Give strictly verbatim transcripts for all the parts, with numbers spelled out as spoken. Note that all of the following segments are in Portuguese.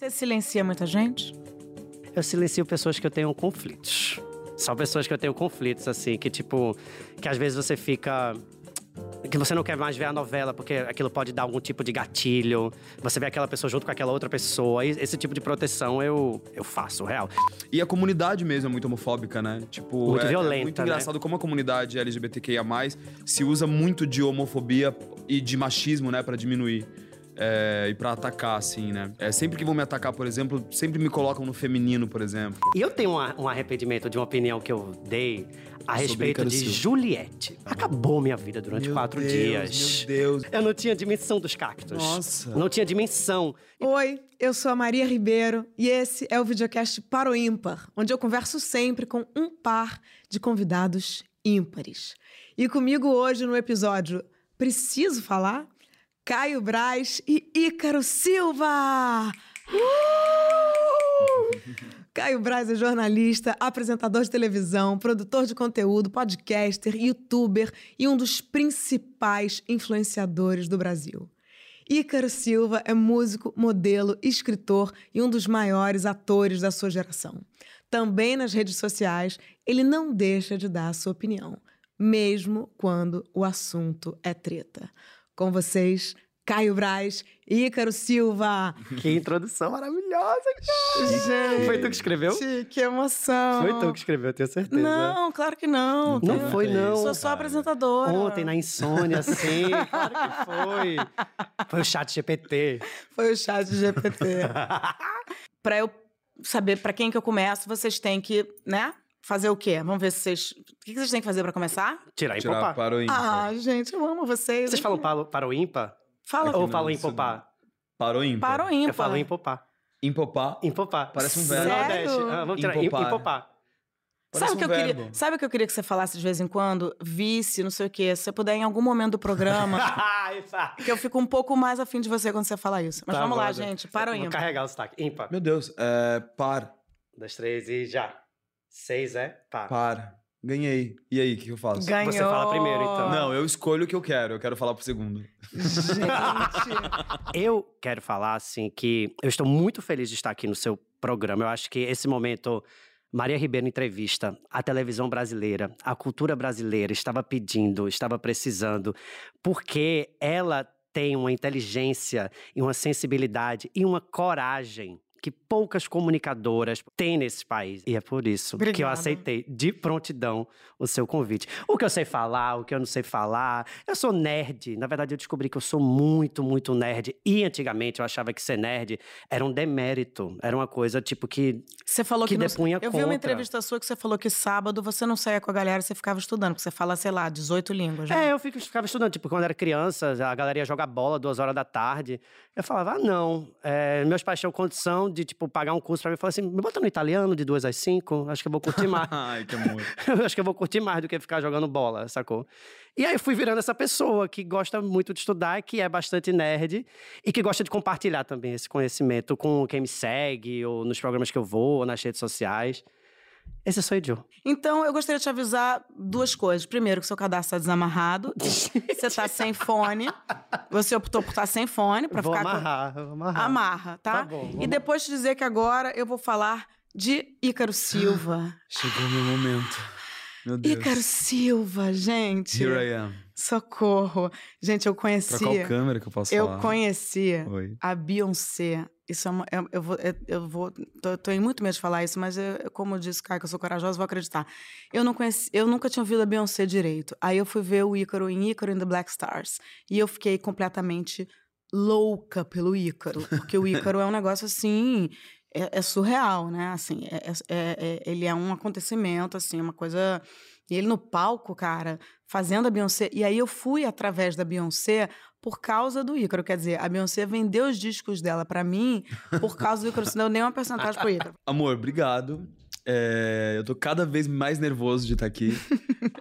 Você silencia muita gente? Eu silencio pessoas que eu tenho conflitos. São pessoas que eu tenho conflitos, assim, que tipo... Que às vezes você fica... Que você não quer mais ver a novela, porque aquilo pode dar algum tipo de gatilho. Você vê aquela pessoa junto com aquela outra pessoa. Esse tipo de proteção eu, eu faço, real. E a comunidade mesmo é muito homofóbica, né? Tipo, Muito é, violenta, é muito né? engraçado como a comunidade L G B T Q I A mais, se usa muito de homofobia e de machismo, né? Pra diminuir. É, e pra atacar, assim, né? É, sempre que vão me atacar, por exemplo, sempre me colocam no feminino, por exemplo. E eu tenho uma, um arrependimento de uma opinião que eu dei a respeito de Ícaro Juliette. Acabou minha vida durante Meu quatro Deus, dias. meu Deus. Eu não tinha dimensão dos cactos. Nossa. Não tinha dimensão. Oi, eu sou a Maria Ribeiro e esse é o videocast Par ou Ímpar, onde eu converso sempre com um par de convidados ímpares. E comigo hoje no episódio Preciso Falar, Caio Braz e Ícaro Silva! Uh! Caio Braz é jornalista, apresentador de televisão, produtor de conteúdo, podcaster, youtuber e um dos principais influenciadores do Brasil. Ícaro Silva é músico, modelo, escritor e um dos maiores atores da sua geração. Também nas redes sociais, ele não deixa de dar a sua opinião, mesmo quando o assunto é treta. Com vocês, Caio Braz e Ícaro Silva. Que introdução maravilhosa, cara. Gente, Foi tu que escreveu? que emoção. Foi tu que escreveu, eu tenho certeza. Não, claro que não. Não Tenho- foi, não. Sou só apresentadora. Ontem, na insônia, sim. Claro que foi. Foi o chat G P T. Foi o chat G P T. Pra eu saber pra quem que eu começo, vocês têm que, né? Fazer o quê? Vamos ver se vocês... O que que vocês têm que fazer pra começar? Tirar e Tirar poupar. para o ímpar. Ah, gente, eu amo vocês. Vocês falam para, para o ímpar? Fala. Ou não, falam em isso não. poupar? Para o ímpar. Para o ímpar. Eu falo em poupar. Empopar. Em poupar. Parece um No verbo. Nordeste. Sério? Ah, vamos tirar. Em Empopar. poupar. Parece Sabe o que um eu queria? verbo. Sabe o que eu queria que você falasse de vez em quando? Vice, não sei o quê. Se você puder, em algum momento do programa, que eu fico um pouco mais afim de você quando você fala isso. Mas Tá vamos bom, lá, né? gente. Para o Vou ímpar. carregar o sotaque. Ímpar. Meu Deus, é... Par. Um, dois, três e já. Seis é pá. Par. Ganhei. E aí, o que que eu faço? Ganhou. Você fala primeiro, então. Não, eu escolho o que eu quero. Eu quero falar pro segundo. Gente. Eu quero falar, assim, que eu estou muito feliz de estar aqui no seu programa. Eu acho que esse momento, Maria Ribeiro entrevista, a televisão brasileira, a cultura brasileira estava pedindo, estava precisando, porque ela tem uma inteligência e uma sensibilidade e uma coragem que poucas comunicadoras têm nesse país. E é por isso Obrigada. que eu aceitei de prontidão o seu convite. O que eu sei falar, o que eu não sei falar. Eu sou nerd. Na verdade, eu descobri que eu sou muito, muito nerd. E antigamente eu achava que ser nerd era um demérito. Era uma coisa, tipo, que... Você falou Que que, não- depunha Eu vi uma contra. entrevista sua que você falou que sábado você não saía com a galera, você ficava estudando, porque você fala, sei lá, dezoito línguas. Né? É, eu fico- ficava estudando. Tipo, quando eu era criança, a galera ia jogar bola duas horas da tarde. Eu falava, ah, não. É, meus pais tinham condição de, tipo, pagar um curso pra mim. Eu falava assim, me bota no italiano de duas às cinco. Acho que eu vou curtir mais. Ai, que amor. Acho que eu vou curtir mais do que ficar jogando bola, sacou? E aí eu fui virando essa pessoa que gosta muito de estudar, que é bastante nerd e que gosta de compartilhar também esse conhecimento com quem me segue, ou nos programas que eu vou, ou nas redes sociais. Esse sou eu. Então, eu gostaria de te avisar duas coisas. Primeiro, que seu cadastro tá desamarrado. Você tá sem fone. Você optou por estar sem fone pra Vou ficar amarrar, vou com... amarrar. Amarra, tá? Tá bom, E vamos- depois te dizer que agora eu vou falar de Ícaro Silva. Chegou o meu momento. Meu Deus. Ícaro Silva, gente. Here I am. Socorro. Gente, eu Pra conheci... qual câmera que eu posso Eu falar? conheci Oi. a Beyoncé. Isso é uma, eu, eu vou, eu, eu vou, tô, tô em muito medo de falar isso, mas eu, como eu disse, Caio, que eu sou corajosa, vou acreditar. Eu não conheci, eu nunca tinha ouvido a Beyoncé direito. Aí eu fui ver o Ícaro em Ícaro and the Black Stars. E eu fiquei completamente louca pelo Ícaro. Porque o Ícaro é um negócio assim, é, é surreal, né? Assim, é, é, é, ele é um acontecimento, assim, uma coisa... E ele no palco, cara, fazendo a Beyoncé. E aí eu fui através da Beyoncé por causa do Ícaro. Quer dizer, a Beyoncé vendeu os discos dela pra mim por causa do Ícaro. Não deu nenhuma porcentagem pro Ícaro. Amor, obrigado. É, eu tô cada vez mais nervoso de estar aqui.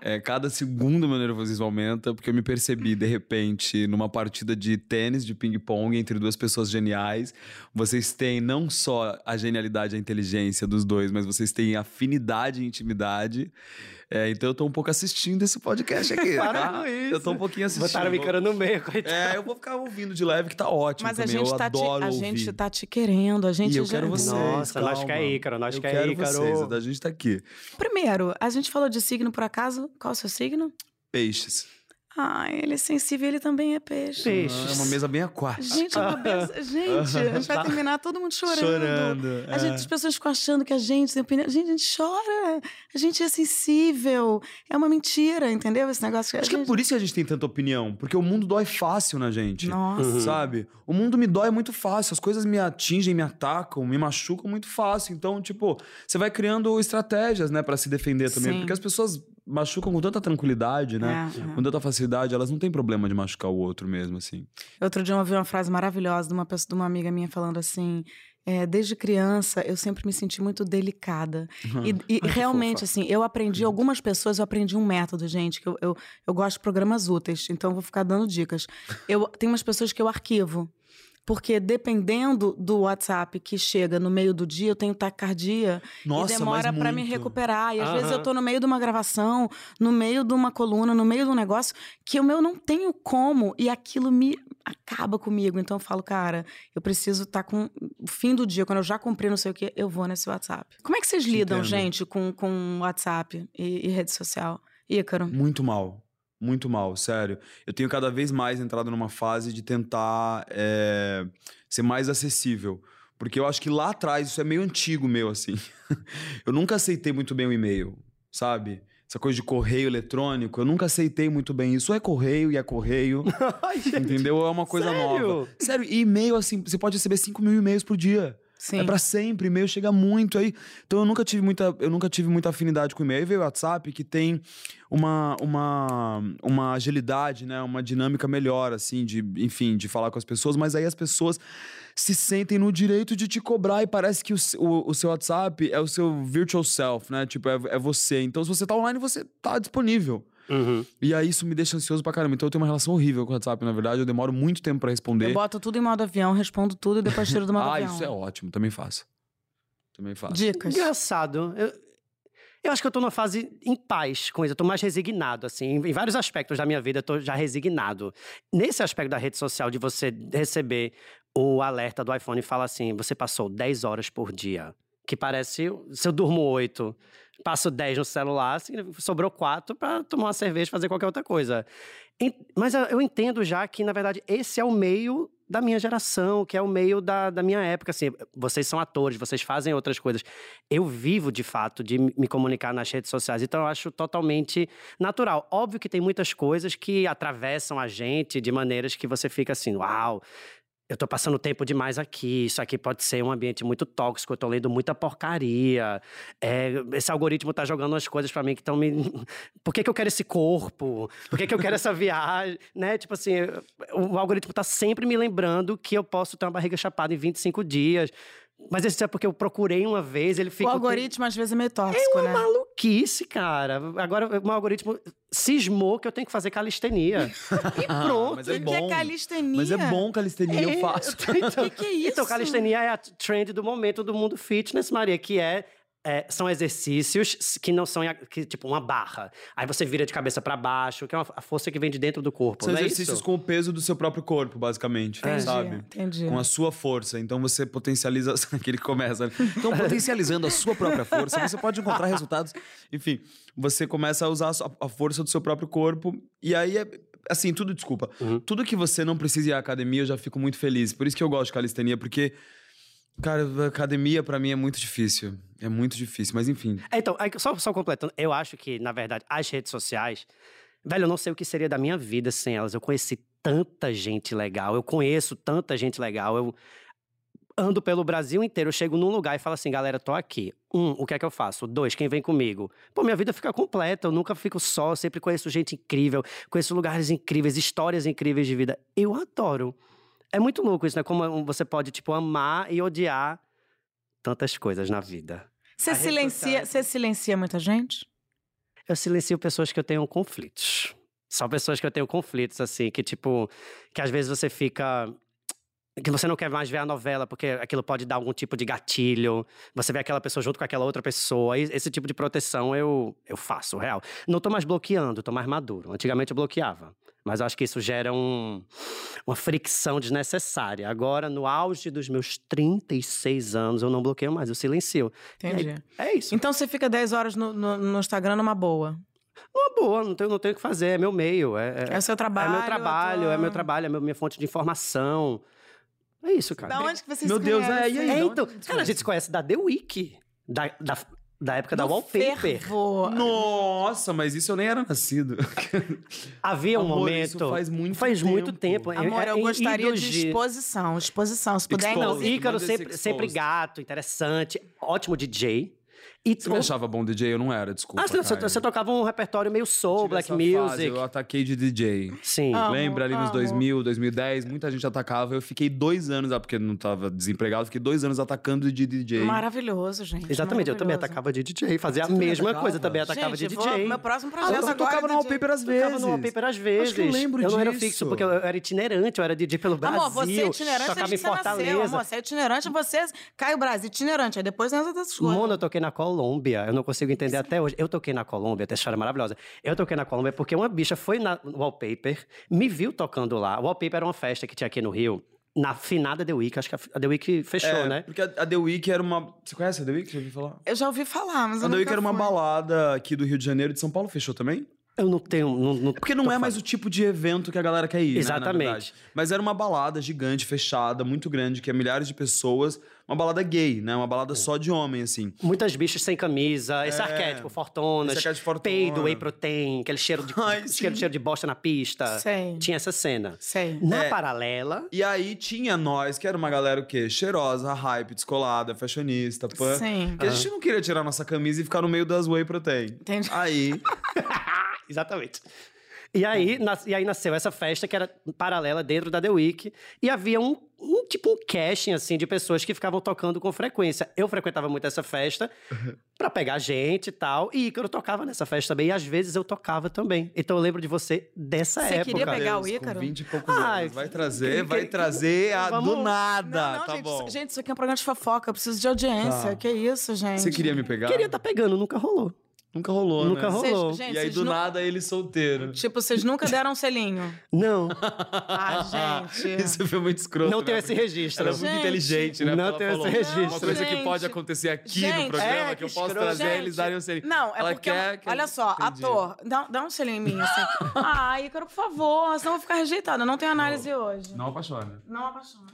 É, cada segundo meu nervosismo aumenta, porque eu me percebi, de repente, numa partida de tênis, de ping-pong, entre duas pessoas geniais. Vocês têm não só a genialidade e a inteligência dos dois, mas vocês têm afinidade e intimidade. É, então eu tô um pouco assistindo esse podcast aqui. Para tá? com isso. Eu tô um pouquinho assistindo. Botaram o Ícaro no meio, coitado. É, eu vou ficar ouvindo de leve, que tá ótimo Mas a também. gente, eu tá te, adoro a ouvir. gente tá te querendo, a gente E eu já... quero vocês. Nossa, nós calma. que é Ícaro, nós eu que é quero Ícaro. vocês, a gente tá aqui. Primeiro, a gente falou de signo por acaso. Qual é o seu signo? Peixes. Ah, ele é sensível, ele também é peixe. Peixes. Ah, é uma mesa bem aquática. Gente, é uma benção. Gente, a gente vai terminar todo mundo chorando. Chorando, A gente, é. as pessoas ficam achando que a gente tem opinião. Gente, a gente chora. A gente é sensível. É uma mentira, entendeu? Esse negócio que a Acho que gente... é por isso que a gente tem tanta opinião. Porque o mundo dói fácil na gente. Nossa. Sabe? O mundo me dói muito fácil. As coisas me atingem, me atacam, me machucam muito fácil. Então, tipo, você vai criando estratégias, né, pra se defender também. Sim. Porque as pessoas machucam com tanta tranquilidade, né? É, é. Com tanta facilidade, elas não têm problema de machucar o outro mesmo, assim. Outro dia eu ouvi uma frase maravilhosa de uma, pessoa, de uma amiga minha falando assim... É, desde criança, eu sempre me senti muito delicada. E, e Ai, que realmente, fofa. assim, eu aprendi, algumas pessoas, eu aprendi um método, gente, que eu, eu, eu gosto de programas úteis, então eu vou ficar dando dicas. Eu, tem umas pessoas que eu arquivo. Porque dependendo do WhatsApp que chega no meio do dia, eu tenho taquicardia Nossa, e demora mas pra me muito. recuperar. E às Aham. vezes eu tô no meio de uma gravação, no meio de uma coluna, no meio de um negócio que o meu não tenho como e aquilo me acaba comigo. Então eu falo, cara, eu preciso estar com o fim do dia, quando eu já cumpri não sei o quê, eu vou nesse WhatsApp. Como é que vocês Te lidam, entendo. gente, com, com WhatsApp e, e rede social? Ícaro? Muito mal. Muito mal, sério. Eu tenho cada vez mais entrado numa fase de tentar é, ser mais acessível. Porque eu acho que lá atrás, isso é meio antigo meu, assim. Eu nunca aceitei muito bem o e-mail, sabe? Essa coisa de correio eletrônico, eu nunca aceitei muito bem isso. É correio e é correio, Ai, gente, entendeu? É uma coisa sério? nova. Sério, e e-mail, assim, você pode receber cinco mil e-mails por dia. Sim. É pra sempre, e-mail chega muito aí. Então eu nunca tive muita, eu nunca tive muita afinidade com e-mail. Aí veio o WhatsApp, que tem uma, uma, uma agilidade, né? Uma dinâmica melhor, assim, de, enfim, de falar com as pessoas. Mas aí as pessoas se sentem no direito de te cobrar e parece que o, o, o seu WhatsApp é o seu virtual self, né? Tipo, é, é você. Então se você tá online, você tá disponível. Uhum. E aí isso me deixa ansioso pra caramba. Então eu tenho uma relação horrível com o WhatsApp, na verdade. Eu demoro muito tempo pra responder. Eu boto tudo em modo avião, respondo tudo e depois tiro do modo Ah, avião. isso é ótimo. Também faço. Também faço. Dicas. Engraçado. Eu, eu acho que eu tô numa fase em paz com isso. Eu tô mais resignado, assim. Em vários aspectos da minha vida, eu tô já resignado. Nesse aspecto da rede social, de você receber o alerta do iPhone e falar assim, você passou dez horas por dia. Que parece, se eu durmo oito, passo dez no celular, assim, sobrou quatro pra tomar uma cerveja e fazer qualquer outra coisa. Mas eu entendo já que, na verdade, esse é o meio da minha geração, que é o meio da, da minha época, assim. Vocês são atores, vocês fazem outras coisas. Eu vivo, de fato, de me comunicar nas redes sociais, então eu acho totalmente natural. Óbvio que tem muitas coisas que atravessam a gente de maneiras que você fica assim, uau, eu tô passando tempo demais aqui, isso aqui pode ser um ambiente muito tóxico, eu tô lendo muita porcaria, é, esse algoritmo tá jogando umas coisas pra mim que estão me... Por que que eu quero esse corpo? Por que que eu quero essa viagem? Né? Tipo assim, o algoritmo tá sempre me lembrando que eu posso ter uma barriga chapada em vinte e cinco dias. Mas isso é porque eu procurei uma vez, ele fica... O algoritmo, às vezes, é meio tóxico, É uma né? maluquice, cara. Agora, o meu algoritmo cismou que eu tenho que fazer calistenia. E pronto. Mas é O que bom. é calistenia? Mas é bom calistenia, eu faço. Então, O que que é isso? Então, calistenia é a trend do momento do mundo fitness, Maria, que é... É, são exercícios que não são, que, tipo, uma barra. Aí você vira de cabeça pra baixo, que é uma, a força que vem de dentro do corpo, São não é exercícios isso? com o peso do seu próprio corpo, basicamente, Entendi, sabe? entendi. Com a sua força. Então você potencializa... Aquele que começa, né? Então, potencializando a sua própria força, você pode encontrar resultados. Enfim, você começa a usar a sua- a força do seu próprio corpo. E aí é... Assim, tudo, desculpa. Uhum. Tudo que você não precisa ir à academia, eu já fico muito feliz. Por isso que eu gosto de calistenia, porque... Cara, a academia pra mim é muito difícil. É muito difícil, mas enfim. É, então, aí, só, só completando, eu acho que, na verdade, as redes sociais... Velho, eu não sei o que seria da minha vida sem elas. Eu conheci tanta gente legal, eu conheço tanta gente legal, eu ando pelo Brasil inteiro, eu chego num lugar e falo assim, galera, tô aqui. Um, o que é que eu faço? Dois, quem vem comigo? Pô, minha vida fica completa, eu nunca fico só, eu sempre conheço gente incrível, conheço lugares incríveis, histórias incríveis de vida. Eu adoro. É muito louco isso, né? Como você pode, tipo, amar e odiar tantas coisas na vida. Você A rede silencia, social- você silencia muita gente? Eu silencio pessoas que eu tenho conflitos. São pessoas que eu tenho conflitos, assim, que tipo... Que às vezes você fica... Que você não quer mais ver a novela, porque aquilo pode dar algum tipo de gatilho. Você vê aquela pessoa junto com aquela outra pessoa. Esse tipo de proteção eu, eu faço, real. Não tô mais bloqueando, tô mais maduro. Antigamente eu bloqueava. Mas eu acho que isso gera um, uma fricção desnecessária. Agora, no auge dos meus trinta e seis anos, eu não bloqueio mais, eu silencio. Entendi. Aí, é isso. Então você fica dez horas no, no, no Instagram numa boa? Uma boa, não tenho, não tenho o que fazer, é meu meio. É, É o seu trabalho? É meu trabalho, tua... é meu trabalho, é meu, minha fonte de informação. É isso, cara. Da onde que vocês Meu se Deus, é, conhecem? e aí? É, Da onde então, que você cara, a gente se conhece da The Week. Da, da, da época da Do Wallpaper. fervo. Nossa, mas isso eu nem era nascido. Havia um Amor, momento... isso faz muito faz tempo. muito tempo. Amor, É- eu é gostaria ídolos de exposição. Exposição, se puder, Expose. Não, inclusive. Ícaro Manda esse sempre, exposed. sempre gato, interessante, ótimo D J. E Você me achava bom D J? Eu não era, desculpa. Ah, você, você, Caio. você tocava um repertório meio soul, Tive black essa fase, music. eu ataquei de D J. Sim. Ah, Lembra ali nos amo. dois mil, dois mil e dez, muita gente atacava. Eu fiquei dois anos, ah, porque não tava desempregado, fiquei dois anos atacando de D J. Maravilhoso, gente. Exatamente, eu também maravilhoso. atacava de D J, fazia a Você também mesma atacava? coisa, também atacava Gente, de vou- D J. Meu próximo Ah, projeto você agora tocava é no D J. Wallpaper às vezes. Tocava no Wallpaper às vezes. Acho que eu lembro não disso. era fixo, porque eu era itinerante, eu era D J pelo Brasil. Amor, você é itinerante tocava desde em que você nasceu, Fortaleza. amor. Você é itinerante, você... Caio Brasil, itinerante. Aí depois entra dessas coisas. Mano, eu toquei na Colômbia, eu não consigo entender até hoje. Eu toquei na Colômbia, tem história maravilhosa. Eu toquei na Colômbia porque uma bicha foi na Wallpaper, me viu tocando lá. O Wallpaper era uma festa que tinha aqui no Rio, na finada The Week, acho que a The Week fechou, É, né? porque a, a The Week era uma... Você conhece a The Week? Já ouviu falar? Eu já ouvi falar, mas eu A The nunca Week era uma fui. balada aqui do Rio de Janeiro, de São Paulo, fechou também? Eu não tenho... Não, não, É porque não tô é mais falando. o tipo de evento que a galera quer ir, Exatamente. né, na verdade. Mas era uma balada gigante, fechada, muito grande, que é milhares de pessoas. Uma balada gay, né? Uma balada só de homem, assim. Muitas bichas sem camisa, esse É. arquétipo, fortonas, Esse arquétipo fortona. peido, whey protein, aquele cheiro de, Ai, cheiro, sim. cheiro de bosta na pista. Sei. Tinha essa cena. Sei. Na É. paralela, E aí tinha nós, que era uma galera o quê? Cheirosa, hype, descolada, fashionista, pã. Sim. Que a gente não queria tirar nossa camisa e ficar no meio das whey protein. Entendi. Aí... exatamente. E aí, nas- e aí nasceu essa festa que era paralela dentro da The Week. E havia um, um tipo um casting, assim, de pessoas que ficavam tocando com frequência. Eu frequentava muito essa festa pra pegar gente e tal. E Ícaro tocava nessa festa também. E às vezes eu tocava também. Então eu lembro de você dessa Você época. queria pegar o Deus, Ícaro? Com vinte e poucos Ai, anos. Vai trazer, que- vai que- trazer a Vamos- do nada. Não, não, tá gente, bom. isso- gente, isso aqui é um programa de fofoca. Eu preciso de audiência. Tá. Que isso, gente? Você queria me pegar? Queria estar pegando, nunca rolou. Nunca rolou, Nunca né? rolou. Vocês- gente, E aí, vocês do nu- nada, ele solteiro. Tipo, vocês nunca deram um selinho. Não, Ah, gente. Isso foi muito escroto. não né? tenho esse registro. Ela é muito Gente. inteligente, né? Não Ela tenho falou, esse registro. Uma coisa que Gente. pode acontecer aqui Gente. no programa, É, que eu que posso escroto. trazer, Gente, eles darem o selinho. Não, é Ela porque. quer que- Olha só, Entendi. ator, dá, dá um selinho em mim, assim. Ah, Ícaro, por favor, senão eu vou ficar rejeitada. Não tem análise hoje. Não apaixona. Não apaixona.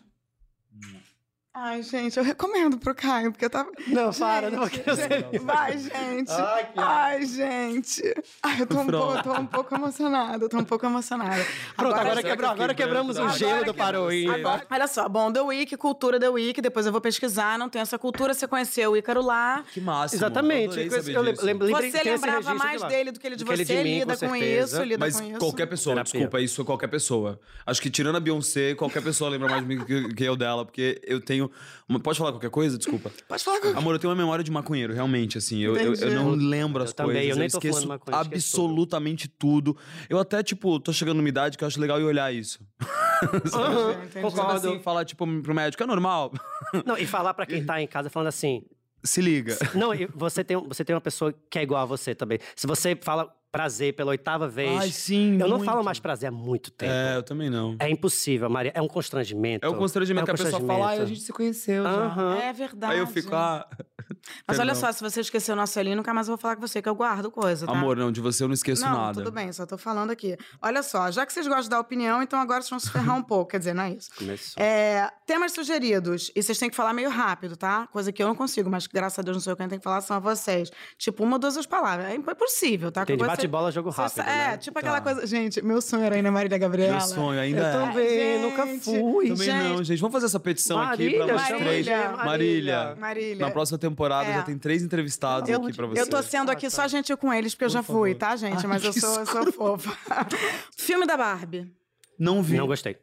Ai, gente, eu recomendo pro Caio, porque eu tava. Não, para, Gente, não quero gente, ser. Vai, gente. Ai, que- Ai, gente. Ai, eu tô um, pouco, eu tô um pouco emocionada, eu tô um pouco emocionada. Pronto, agora, será que quebrou, eu agora quebrando quebramos o agora gelo do quebramos- Paroí. Agora, olha só, bom, The Week, cultura The Week, depois eu vou pesquisar, não tem essa cultura, você conheceu o Ícaro lá. Que máximo. Exatamente. Eu adorei Eu saber lem- disso. lembro- lembrei- Você tem esse lembrava registro de mais lá. dele do que ele de Do que ele você, de mim, lida com com certeza. isso, lida Mas com isso. qualquer pessoa, Terapia. desculpa, isso é qualquer pessoa. Acho que tirando a Beyoncé, qualquer pessoa lembra mais de mim que, que eu dela, porque eu tenho. Uma... Pode falar qualquer coisa? Desculpa. Pode falar com Amor, eu tenho uma memória de maconheiro, realmente, assim. Eu, eu, eu Entendi. não lembro as Eu também, coisas. eu nem tô esqueço falando maconha, eu esqueço tudo. absolutamente tudo. Eu até, tipo, tô chegando numa idade que eu acho legal ir olhar isso. Aham, Entendi. concordo. Assim, falar, tipo, pro médico, é normal. Não, e falar pra quem tá em casa falando assim. Se liga. Não, e você tem, você tem uma pessoa que é igual a você também. Se você fala prazer pela oitava vez. Ai, sim, eu não muito. falo mais prazer há muito tempo. É, eu também não. É impossível, Maria. É um constrangimento. É o constrangimento É um que a pessoa fala, ai, a constrangimento. gente se conheceu já. Aham. É verdade. Aí eu fico, ah... Mas olha perdão. só, se você esqueceu o nosso selinho, nunca mais eu vou falar com você, que eu guardo coisa, tá? Amor, não, de você eu não esqueço não, nada. tudo bem, só tô falando aqui. Olha só, já que vocês gostam de dar opinião, então agora vocês vão se ferrar um pouco. Quer dizer, não é isso. Começou. É, temas sugeridos. E vocês têm que falar meio rápido, tá? Coisa que eu não consigo, mas graças a Deus não sou eu quem tem que falar, são vocês. Tipo, uma ou duas palavras. É impossível, tá? Entendi, Qualquer coisa bate-bola, jogo você- rápido, É, né? tipo aquela Tá. coisa... Gente, meu sonho era ir na Marília Gabriela. Meu sonho ainda Eu é. também, nunca gente. fui. Também Gente. não, gente. Vamos fazer essa petição aqui pra Marília, nós chama três. a gente, Marília. Marília. Na próxima temporada É. já tem três entrevistados Eu, aqui pra você. eu tô sendo aqui só gentil com eles, porque eu já fui, tá, gente? Ai, Mas eu que sou, eu sou fofa. Filme da Barbie. Não vi. Não gostei.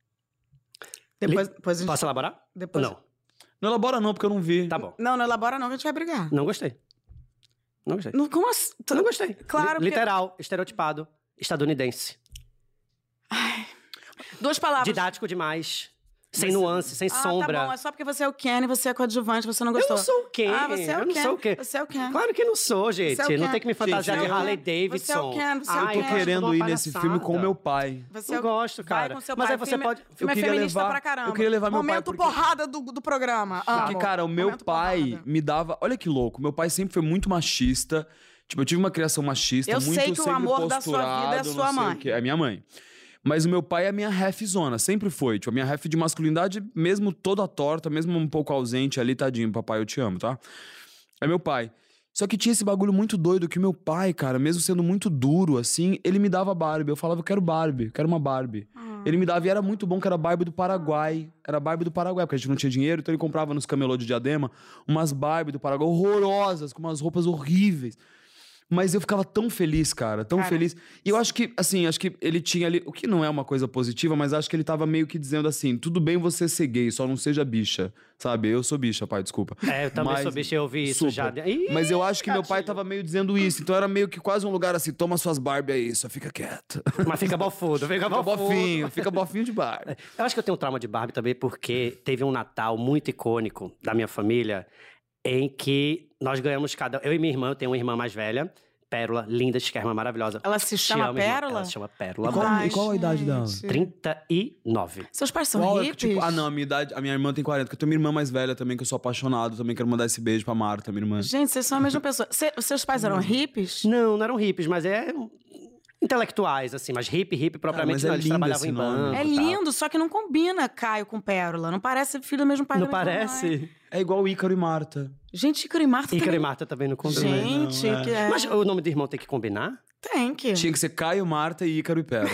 Depois, depois a gente... Posso elaborar? Depois- Não. Não elabora não, porque eu não vi. Tá bom. Não, não elabora não, que a gente vai brigar. Não gostei. Não gostei. Não, como assim? Não gostei. Claro Li- que- Literal, estereotipado, estadunidense. Duas palavras. Didático demais. Sem nuance, sem ah, sombra. tá bom. É só porque você é o Ken e você é coadjuvante, você não Eu gostou. não sou o Ken. Ah, você é o eu não Ken. sou o Ken. Você é o Ken. Claro que não sou, gente. Você é o Não Ken. tem que me fantasiar Gente, de eu- Harley Você é o Davidson. Ken, você é o Ai, Eu Ken. tô É, querendo uma ir nesse palhaçada. filme com o meu pai. Você Eu é o- gosto, Vai cara. com seu Mas pai. aí O você filme, pode- O filme eu é queria feminista levar- pra caramba. eu queria levar meu pai Momento porque- porrada do, do programa. Porque, Amo. cara, o meu Momento pai porrada. me dava... Olha que louco, meu pai sempre foi muito machista. Tipo, eu tive uma criação machista, Eu muito sei que o sempre amor da sua vida é posturado, sua não sei mãe. o quê. É minha mãe. Mas o meu pai é a minha ref-zona, sempre foi. Tipo, a minha ref de masculinidade, mesmo toda torta, mesmo um pouco ausente ali, tadinho, papai, eu te amo, tá? É meu pai. Só que tinha esse bagulho muito doido que meu pai, cara, mesmo sendo muito duro, assim, ele me dava Barbie. Eu falava, eu quero Barbie, quero uma Barbie. Ah. Ele me dava, e era muito bom, que era Barbie do Paraguai. Era Barbie do Paraguai, porque a gente não tinha dinheiro, então ele comprava nos camelô de Diadema umas Barbie do Paraguai horrorosas, com umas roupas horríveis. Mas eu ficava tão feliz, cara, tão Cara. feliz. E eu acho que, assim, acho que ele tinha ali... O que não é uma coisa positiva, mas acho que ele tava meio que dizendo assim, tudo bem você ser gay, só não seja bicha, sabe? Eu sou bicha, pai, desculpa. É, eu também Mas- sou bicho, eu ouvi isso Super. já. Ih, Mas eu acho que meu pai gatilho. tava meio dizendo isso. Então era meio que quase um lugar assim, toma suas Barbie aí, só fica quieto. Mas fica bofudo, fica Fica bofudo. bofinho, fica bofinho de Barbie. Eu acho que eu tenho um trauma de Barbie também, porque teve um Natal muito icônico da minha família, em que nós ganhamos cada... Eu e minha irmã, eu tenho uma irmã mais velha, Pérola, linda, chiquérrima, maravilhosa. Ela se Te chama amo, irmã. Pérola? Ela se chama Pérola. Qual- Ai, e qual a idade dela? gente. trinta e nove. Seus pais são Qual é que, hippies? tipo, ah, não, a minha idade, a minha irmã tem quarenta, porque eu tenho minha irmã mais velha também, que eu sou apaixonado, também quero mandar esse beijo pra Marta, minha irmã. Gente, vocês são a mesma pessoa. Cê- seus pais eram hippies? Não, não eram hippies, mas é... intelectuais, assim, mas hippie, hippie propriamente mas é não. Eles lindo trabalhavam esse em nome. banco. É e tal. lindo, só que não combina Caio com Pérola. Não parece filho do mesmo pai Não da mesma mãe. parece? É igual Ícaro e Marta. Gente, Ícaro e Marta Ícaro e também. Marta também não combinam. Gente, Não, é. que é... Mas o nome do irmão tem que combinar? Tem que. Tinha que ser Caio, Marta e Ícaro e Pérola.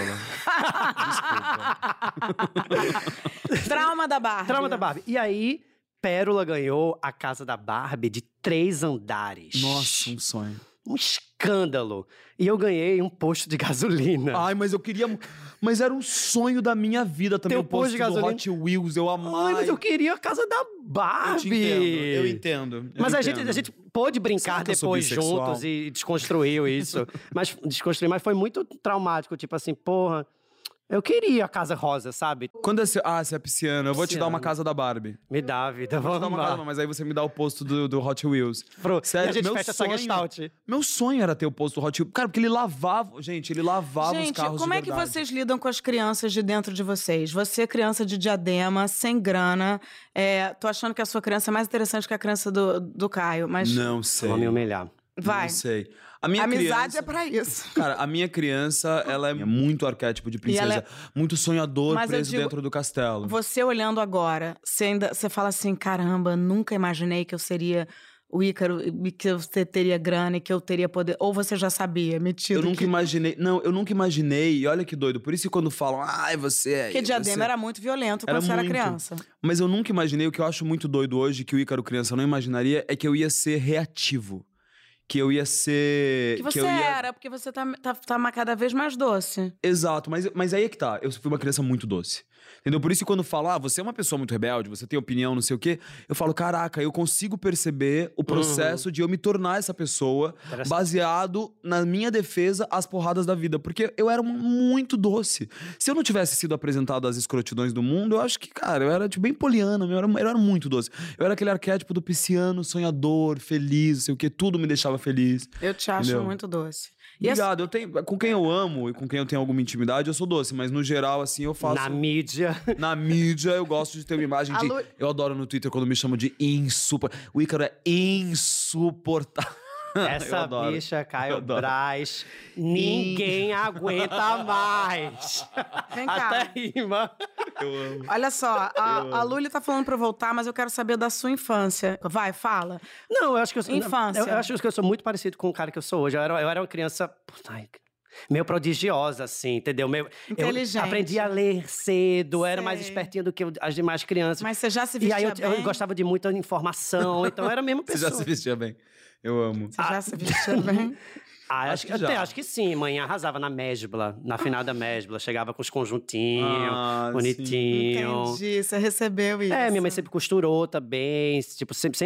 Trauma da Barbie. Trauma da Barbie. E aí, Pérola ganhou a casa da Barbie de três andares. Nossa, um sonho. Um escândalo. E eu ganhei um posto de gasolina. Ai, mas eu queria... Mas era um sonho da minha vida também, Ter o um posto posto de do gasolina. Hot Wheels, eu amava. Ai, mas eu queria a casa da Barbie. Eu te entendo, eu entendo. eu Mas a entendo. gente, a gente pôde brincar Será que eu sou depois bissexual? juntos e desconstruiu isso. mas desconstruiu, mas foi muito traumático. Tipo assim, porra, eu queria a casa rosa, sabe? Quando é seu... Ah, você é pisciano, eu vou te dar uma Pisciano. casa da Barbie. Me dá a vida, Eu vou te vamos dar uma casa, lá. mas aí você me dá o posto do, do Hot Wheels. Pro- Sério, e a gente meu fecha essa sonho- gestalt. Meu sonho era ter o posto do Hot Wheels. Cara, porque ele lavava... Gente, ele lavava os Gente, carros como de é que verdade. vocês lidam com as crianças de dentro de vocês? Você, criança de Diadema, sem grana. É, tô achando que a sua criança é mais interessante que a criança do, do Caio, mas Não sei. Vou me humilhar. vai. Não sei. A minha Amizade criança... é pra isso. Cara, a minha criança, ela é muito arquétipo de princesa. ela é- Muito sonhador, Mas eu preso digo- dentro do castelo. Você olhando agora, você ainda você fala assim, caramba, nunca imaginei que eu seria o Ícaro, e que eu te- teria grana e que eu teria poder. Ou você já sabia, metido Eu nunca que... imaginei... Não, eu nunca imaginei. E olha que doido. Por isso que quando falam... Ai, você é... Porque Diadema você... era muito violento quando Era você era muito. criança. Mas eu nunca imaginei. O que eu acho muito doido hoje, que o Ícaro criança não imaginaria, é que eu ia ser reativo. Que eu ia ser... Que você eu ia... era, porque você tá, tá, tá cada vez mais doce. Exato, mas, mas aí é que tá. Eu fui uma criança muito doce. Entendeu? Por isso que quando falam, ah, você é uma pessoa muito rebelde, você tem opinião, não sei o quê, eu falo, caraca, eu consigo perceber o processo de eu me tornar essa pessoa Interessante. baseado na minha defesa às porradas da vida. Porque eu era muito doce. Se eu não tivesse sido apresentado às escrotidões do mundo, eu acho que, cara, eu era tipo, bem poliana, eu era, eu era muito doce. Eu era aquele arquétipo do pisciano, sonhador, feliz, não sei o quê, tudo me deixava feliz. Eu te acho Entendeu? muito doce. E assim, Obrigado, eu tenho, com quem eu amo e com quem eu tenho alguma intimidade, eu sou doce, mas no geral, assim, eu faço... Na mídia. Na mídia, eu gosto de ter uma imagem A de... Lu- Eu adoro no Twitter quando me chamam de insuportável. O Ícaro é insuportável. Eu Essa adoro. bicha, Eu Caio adoro. Braz, ninguém aguenta mais. Vem cá. Até rima. Eu amo. Olha só, a, a Luli tá falando pra eu voltar, mas eu quero saber da sua infância. Vai, fala. Não, eu acho que eu sou... Infância. Eu, eu acho que eu sou muito parecido com o cara que eu sou hoje. Eu era, eu era uma criança... Puta, ai, meio prodigiosa, assim, entendeu? Meio, Inteligente. Eu aprendi a ler cedo, era mais Sei. espertinha do que as demais crianças. Mas você já se E vestia aí eu, bem? eu gostava de muita informação, então eu era a mesma Você pessoa. já se vestia bem. Eu amo. Você já se vestia bem? Ah, acho, Acho que que já. até, acho que sim. Mãe arrasava na Mesbla, na final da Mesbla. Chegava com os conjuntinhos, Ah, bonitinho. Entendi, você recebeu isso. É, minha mãe sempre costurou também. Tipo, sempre, sempre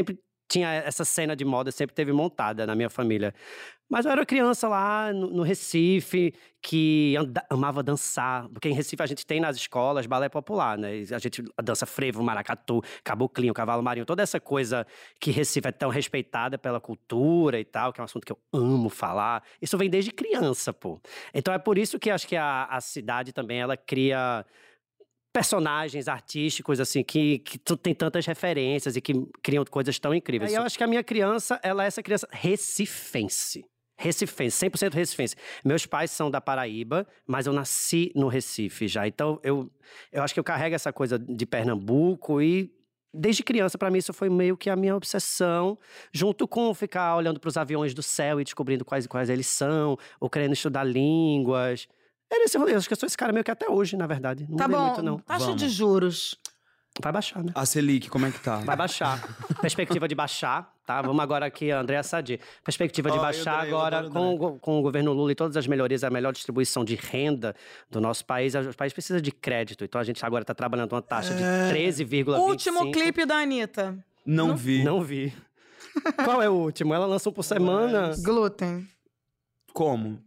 tinha essa cena de moda, sempre teve montada na minha família. Mas eu era criança lá no, no Recife, que anda, amava dançar. Porque em Recife a gente tem nas escolas balé popular, né? A gente dança frevo, maracatu, caboclinho, cavalo marinho. Toda essa coisa que Recife é tão respeitada pela cultura e tal, que é um assunto que eu amo falar. Isso vem desde criança, pô. Então é por isso que acho que a, a cidade também, ela cria personagens artísticos, assim, que, que tem tantas referências e que criam coisas tão incríveis. E eu acho que a minha criança, ela é essa criança recifense. Recifense, cem por cento recifense. Meus pais são da Paraíba, mas eu nasci no Recife já. Então, eu, eu acho que eu carrego essa coisa de Pernambuco e desde criança, pra mim, isso foi meio que a minha obsessão, junto com ficar olhando pros aviões do céu e descobrindo quais, quais eles são, ou querendo estudar línguas. Eu acho que eu sou esse cara meio que até hoje, na verdade. Não tá mudei bom, muito, não. taxa Vamos. de juros. Vai baixar, né? A Selic, como é que tá? Vai baixar. Perspectiva de baixar, tá? Vamos agora aqui, André Sadi. Perspectiva de Oh, baixar adorei, agora com, o- com o governo Lula e todas as melhorias, a melhor distribuição de renda do nosso país. O país precisa de crédito. Então a gente agora tá trabalhando uma taxa de treze vírgula vinte e cinco. Último clipe da Anitta. Não, Não- vi. Não vi. Qual é o último? Ela lançou por semana. Glúten. Como?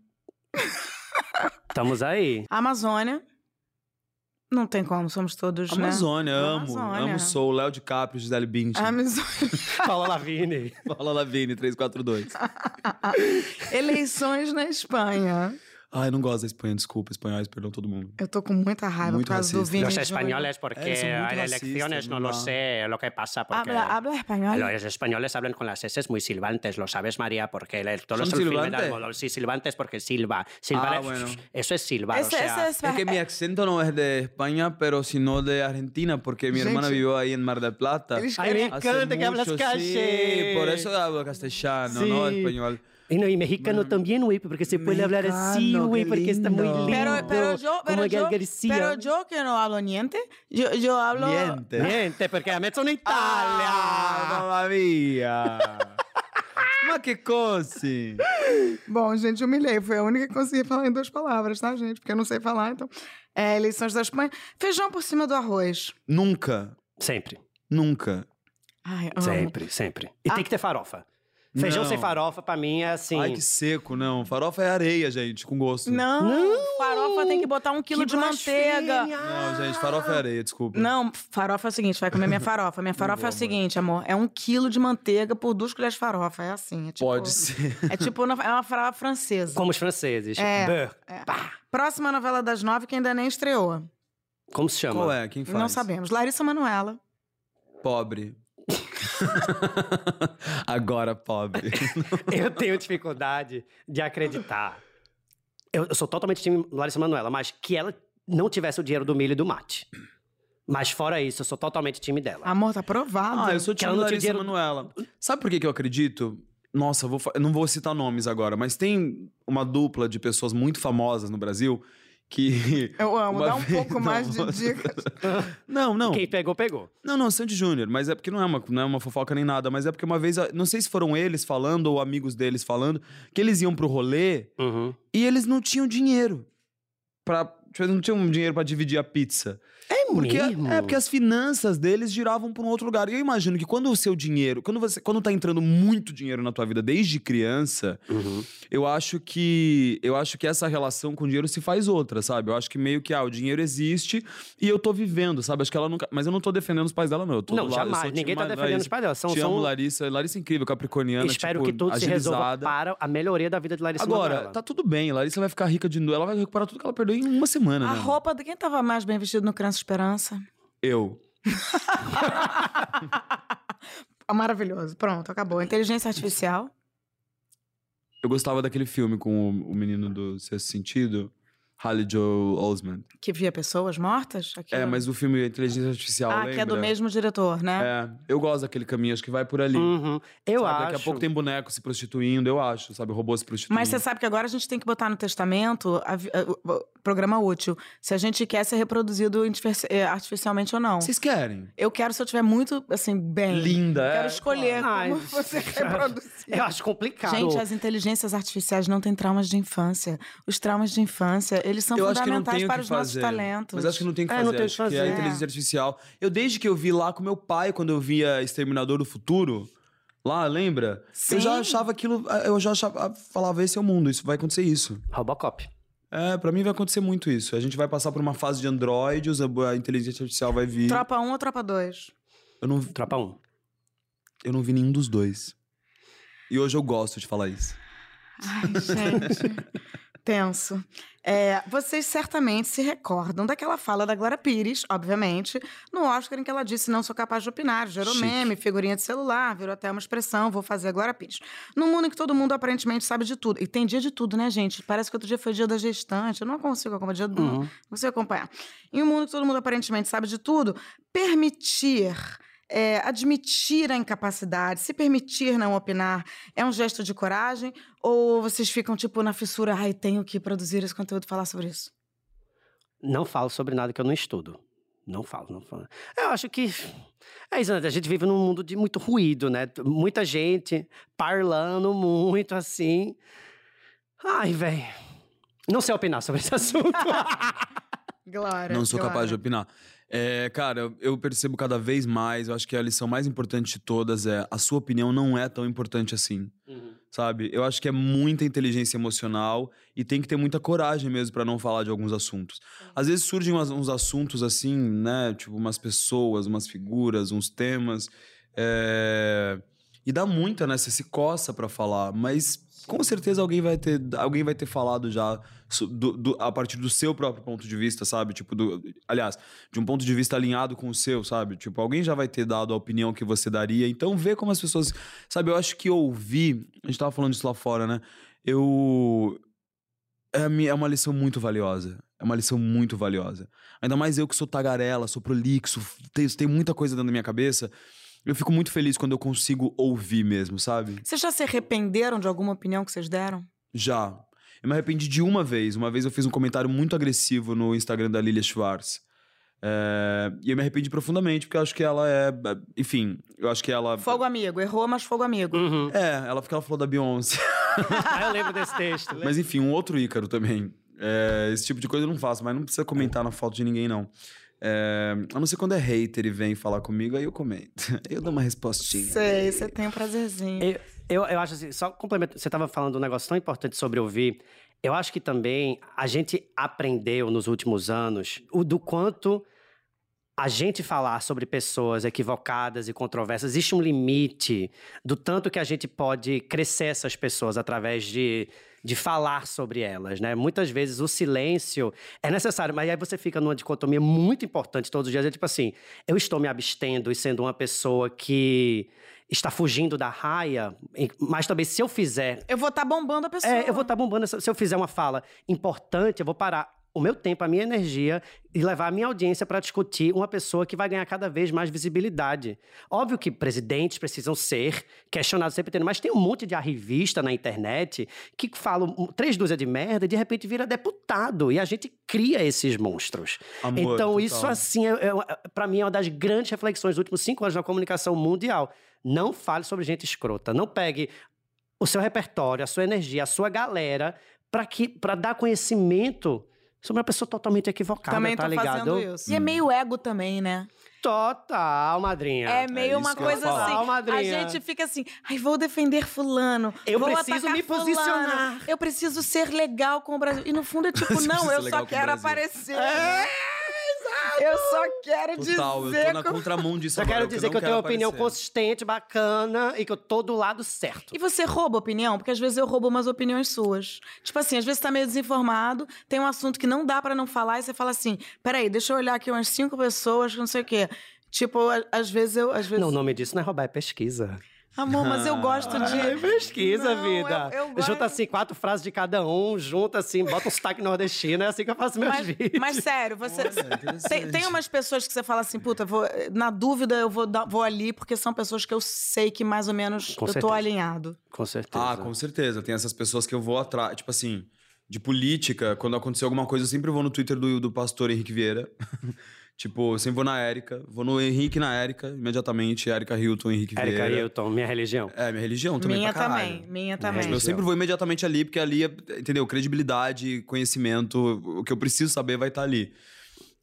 Estamos aí. Amazônia. Não tem como, somos todos, Amazônia, né? amo. Amazônia. Amo Soul, Léo DiCaprio, Gisele Bündchen. Amazônia. Paula Lavigne. Paula Lavigne, três quatro dois. Eleições na Espanha. Ai, não gosto da Espanha, desculpa. Espanhóis, perdão todo mundo. Eu tô com muita raiva Muito por causa do racista. Vini Los Júnior. españoles, porque Eh, son muy hay racistas, elecciones, no no lo va. sé lo que pasa, porque... Habla, habla español. Los españoles hablan con las S muy silbantes, lo sabes, María, porque el, todos ¿Son los filmes de silbantes? Almodóvar, sí, silbantes porque silba. Silbar Ah, es- bueno. Eso es silbar, Ese, o sea... ese es, Es que mi acento no es de España, pero sino de Argentina, porque mi Gente. hermana vivió ahí en Mar del Plata. Eles Ay, me Hace encanta que hablas mucho, calle. Sí, por eso hablo castellano, Sí. no español. Y, no, y mexicano también, güey, porque se puede hablar así, Mexicano, güey, qué porque está muy lindo. lindo. Pero, pero yo, pero como yo, Gael García. pero yo que no hablo niente, yo, yo hablo... Niente. Niente, perché a me sono in Ah, Italia. mamma mia! Ma che così! Bom, gente, humilhei. Foi a única que consegui falar em duas palavras, tá, gente? Porque eu não sei falar, então... É, eleições da Espanha. Feijão por cima do arroz. Nunca, Sempre, nunca. Ai, amo. sempre, sempre. E Ah. tem que ter farofa. Feijão Não. sem farofa, pra mim, é assim... Ai, que seco, não. Farofa é areia, gente, com gosto. Não, Não. farofa tem que botar um quilo Que de manteiga. blasfêmia. Não, gente, farofa é areia, desculpa. Não, farofa é o seguinte, vai comer minha farofa. Minha farofa é o seguinte, amor, é um quilo de manteiga por duas colheres de farofa. É assim, é tipo... Pode ser. É tipo, uma- é uma farofa francesa. Como os franceses. É. Beurre. É. Pá. Próxima novela das nove que ainda nem estreou. Como se chama? Qual é? Quem faz? Não sabemos. Larissa Manoela. Pobre. Agora pobre. Eu tenho dificuldade de acreditar. Eu, eu sou totalmente time Larissa Manoela, mas que ela não tivesse o dinheiro do milho e do mate. Mas fora isso, eu sou totalmente time dela. Amor, tá provado. Ah, eu sou Que time ela não tinha Larissa dinheiro- Manoela. Sabe por que, que eu acredito? Nossa, eu, vou fa- eu não vou citar nomes agora, mas tem uma dupla de pessoas muito famosas no Brasil que... Eu amo. uma Dá um vez- pouco Não, mais de vou- dicas. Não, não. Quem pegou, pegou. Não, não, Sandy Júnior, mas é porque não é, uma, não é uma fofoca nem nada, mas é porque uma vez, não sei se foram eles falando ou amigos deles falando, que eles iam pro rolê Uhum. e eles não tinham dinheiro pra... Tipo, eles não tinham dinheiro pra dividir a pizza. É Porque, mesmo? é, porque as finanças deles giravam pra um outro lugar. E eu imagino que quando o seu dinheiro... Quando, você, quando tá entrando muito dinheiro na tua vida desde criança, Uhum. eu acho que... Eu acho que essa relação com o dinheiro se faz outra, sabe? Eu acho que meio que, ah, o dinheiro existe e eu tô vivendo, sabe? Acho que ela nunca... Mas eu não tô defendendo os pais dela, não. Eu tô Não, do lado- eu jamais. sou time Ninguém tá Mar- defendendo Larissa. os pais dela. São, Te são... amo, Larissa. Larissa é incrível, capricorniana, Espero tipo, que tudo se resolva agilizada. para a melhoria da vida de Larissa Agora, Manoela. tá tudo bem. Larissa vai ficar rica de novo. Ela vai recuperar tudo que ela perdeu em uma semana, A né? roupa de quem tava mais bem vestido no Criança Esperança? Eu. Maravilhoso. Pronto, acabou. Inteligência artificial. Eu gostava daquele filme com o, o menino do Sexto Sentido, Haley Joel Osment. Que via pessoas mortas? Aquilo. É, mas o filme Inteligência Artificial, Ah, lembra? que é do mesmo diretor, né? É, eu gosto daquele caminho, acho que vai por ali. Uhum. Eu Sabe, acho... Daqui a pouco tem boneco se prostituindo, eu acho, sabe? Robô se prostituindo. Mas você sabe que agora a gente tem que botar no testamento a vi- a- o- o programa útil. Se a gente quer ser reproduzido interfe- eh, artificialmente ou não. Vocês querem? Eu quero se eu estiver muito, assim, bem. Linda, Quero é? escolher Ai, como você quer reproduzir. Eu acho complicado. Gente, as inteligências artificiais não têm traumas de infância. Os traumas de infância, eles são Eu acho que não fundamentais tem o para que os nossos fazer. talentos. Mas acho que não tem o que É, fazer. não tem o que acho que é a fazer. inteligência artificial. Eu, desde que eu vi lá com meu pai, quando eu via Exterminador do Futuro, Lá, lembra? Sim. Eu já achava aquilo, eu já achava, falava, esse é o mundo, isso vai acontecer isso. Robocop. É, pra mim vai acontecer muito isso. A gente vai passar por uma fase de androides, a inteligência artificial vai vir. Tropa um ou Tropa dois? Eu não, Tropa um. eu não vi nenhum dos dois. E hoje eu gosto de falar isso. Ai, gente. Tenso. É, vocês certamente se recordam daquela fala da Glória Pires, obviamente, no Oscar em que ela disse não sou capaz de opinar, gerou Chique. meme, figurinha de celular, virou até uma expressão, vou fazer a Glória Pires. Num mundo em que todo mundo aparentemente sabe de tudo. E tem dia de tudo, né, gente? Parece que outro dia foi dia da gestante, eu não consigo acompanhar, dia do... Uhum. não consigo acompanhar. Em um mundo que todo mundo aparentemente sabe de tudo, permitir... É, admitir a incapacidade, se permitir não opinar, é um gesto de coragem? Ou vocês ficam, tipo, na fissura, ai, tenho que produzir esse conteúdo e falar sobre isso? Não falo sobre nada que eu não estudo. Não falo, não falo. Eu acho que... É isso, né? A gente vive num mundo de muito ruído, né? Muita gente parlando muito, assim. Ai, velho. Não sei opinar sobre esse assunto. Glória. Não sou Glória. capaz de opinar. É, cara, eu percebo cada vez mais, eu acho que a lição mais importante de todas é a sua opinião não é tão importante assim, Uhum. sabe? Eu acho que é muita inteligência emocional e tem que ter muita coragem mesmo pra não falar de alguns assuntos. Às vezes surgem umas, uns assuntos assim, né? Tipo, umas pessoas, umas figuras, uns temas. É... E dá muita, né? Você se coça pra falar, mas com certeza alguém vai ter, alguém vai ter falado já do, do, a partir do seu próprio ponto de vista, sabe? Tipo, do, aliás, de um ponto de vista alinhado com o seu, sabe? Tipo, alguém já vai ter dado a opinião que você daria. Então, vê como as pessoas... Sabe, eu acho que ouvir... A gente tava falando disso lá fora, né? Eu... É uma lição muito valiosa. É uma lição muito valiosa. Ainda mais eu que sou tagarela, sou prolixo, tenho, tenho muita coisa dentro da minha cabeça... Eu fico muito feliz quando eu consigo ouvir mesmo, sabe? Vocês já se arrependeram de alguma opinião que vocês deram? Já. Eu me arrependi de uma vez. Uma vez eu fiz um comentário muito agressivo no Instagram da Lilia Schwartz. É... E eu me arrependi profundamente, porque eu acho que ela é... Enfim, eu acho que ela... Fogo amigo. Errou, mas fogo amigo. Uhum. É, ela, porque ela falou da Beyoncé. Ah, eu lembro desse texto. Mas enfim, um outro Ícaro também. É... Esse tipo de coisa eu não faço, mas não precisa comentar na foto de ninguém, não. É, a não ser quando é hater e vem falar comigo, aí eu comento. Eu dou uma respostinha. Sei, você tem um prazerzinho. Eu, eu, eu acho assim, só complemento, você estava falando um negócio tão importante sobre ouvir. Eu acho que também a gente aprendeu nos últimos anos o do quanto a gente falar sobre pessoas equivocadas e controversas, existe um limite do tanto que a gente pode crescer essas pessoas através de, de falar sobre elas, né? Muitas vezes o silêncio é necessário, mas aí você fica numa dicotomia muito importante todos os dias. É tipo assim, eu estou me abstendo e sendo uma pessoa que está fugindo da raia, mas também se eu fizer... Eu vou estar tá bombando a pessoa. É, eu vou estar tá bombando. Se eu fizer uma fala importante, eu vou parar o meu tempo, a minha energia e levar a minha audiência para discutir uma pessoa que vai ganhar cada vez mais visibilidade. Óbvio que presidentes precisam ser questionados sempre tendo, mas tem um monte de arrivista na internet que falam três dúzias de merda e de repente vira deputado. E a gente cria esses monstros. Amor, então, total. isso assim, é, é, para mim, é uma das grandes reflexões dos últimos cinco anos da comunicação mundial. Não fale sobre gente escrota. Não pegue o seu repertório, a sua energia, a sua galera para que, para dar conhecimento sobre uma pessoa totalmente equivocada, também tá tô ligado? fazendo isso. E é meio ego também, né? Total, madrinha. É meio É uma isso que eu ia coisa falar. assim. Total, madrinha. A gente fica assim, ai, vou defender fulano. Eu vou preciso atacar me fulano, posicionar. Eu preciso ser legal com o Brasil. E no fundo é tipo, Você não, precisa eu ser legal só com o quero Brasil. aparecer. É, Eu só quero Total, dizer... eu tô na como- contramão disso Eu agora, quero dizer que eu não tenho uma quero opinião aparecer. consistente, bacana e que eu tô do lado certo. E você rouba opinião? Porque às vezes eu roubo umas opiniões suas. Tipo assim, às vezes você tá meio desinformado, tem um assunto que não dá pra não falar, e você fala assim, peraí, deixa eu olhar aqui umas cinco pessoas, não sei o quê. Tipo, a- às vezes eu... Às vezes... Não, o nome disso não é roubar, é pesquisa. Amor, mas eu gosto de... É pesquisa, Não, vida. eu- eu gosto- Junta assim quatro frases de cada um, junta assim, bota um sotaque nordestino, é assim que eu faço meus Mas, vídeos. mas sério, você... Olha, interessante. tem, tem umas pessoas que você fala assim, puta, vou, na dúvida eu vou, dar- vou ali, porque são pessoas que eu sei que mais ou menos Com eu tô certeza. alinhado. Com certeza. Ah, com certeza. Tem essas pessoas que eu vou atrás. Tipo assim, de política, quando acontecer alguma coisa, eu sempre vou no Twitter do, do pastor Henrique Vieira. Tipo, eu sempre vou na Érica. Vou no Henrique e na Érica, imediatamente. Érica Hilton, Henrique Erika Vieira. Hilton, minha religião. É, minha religião também, minha pra caralho. também, minha Mas também. Eu sempre vou imediatamente ali, porque ali, é, entendeu? Credibilidade, conhecimento, o que eu preciso saber vai estar ali.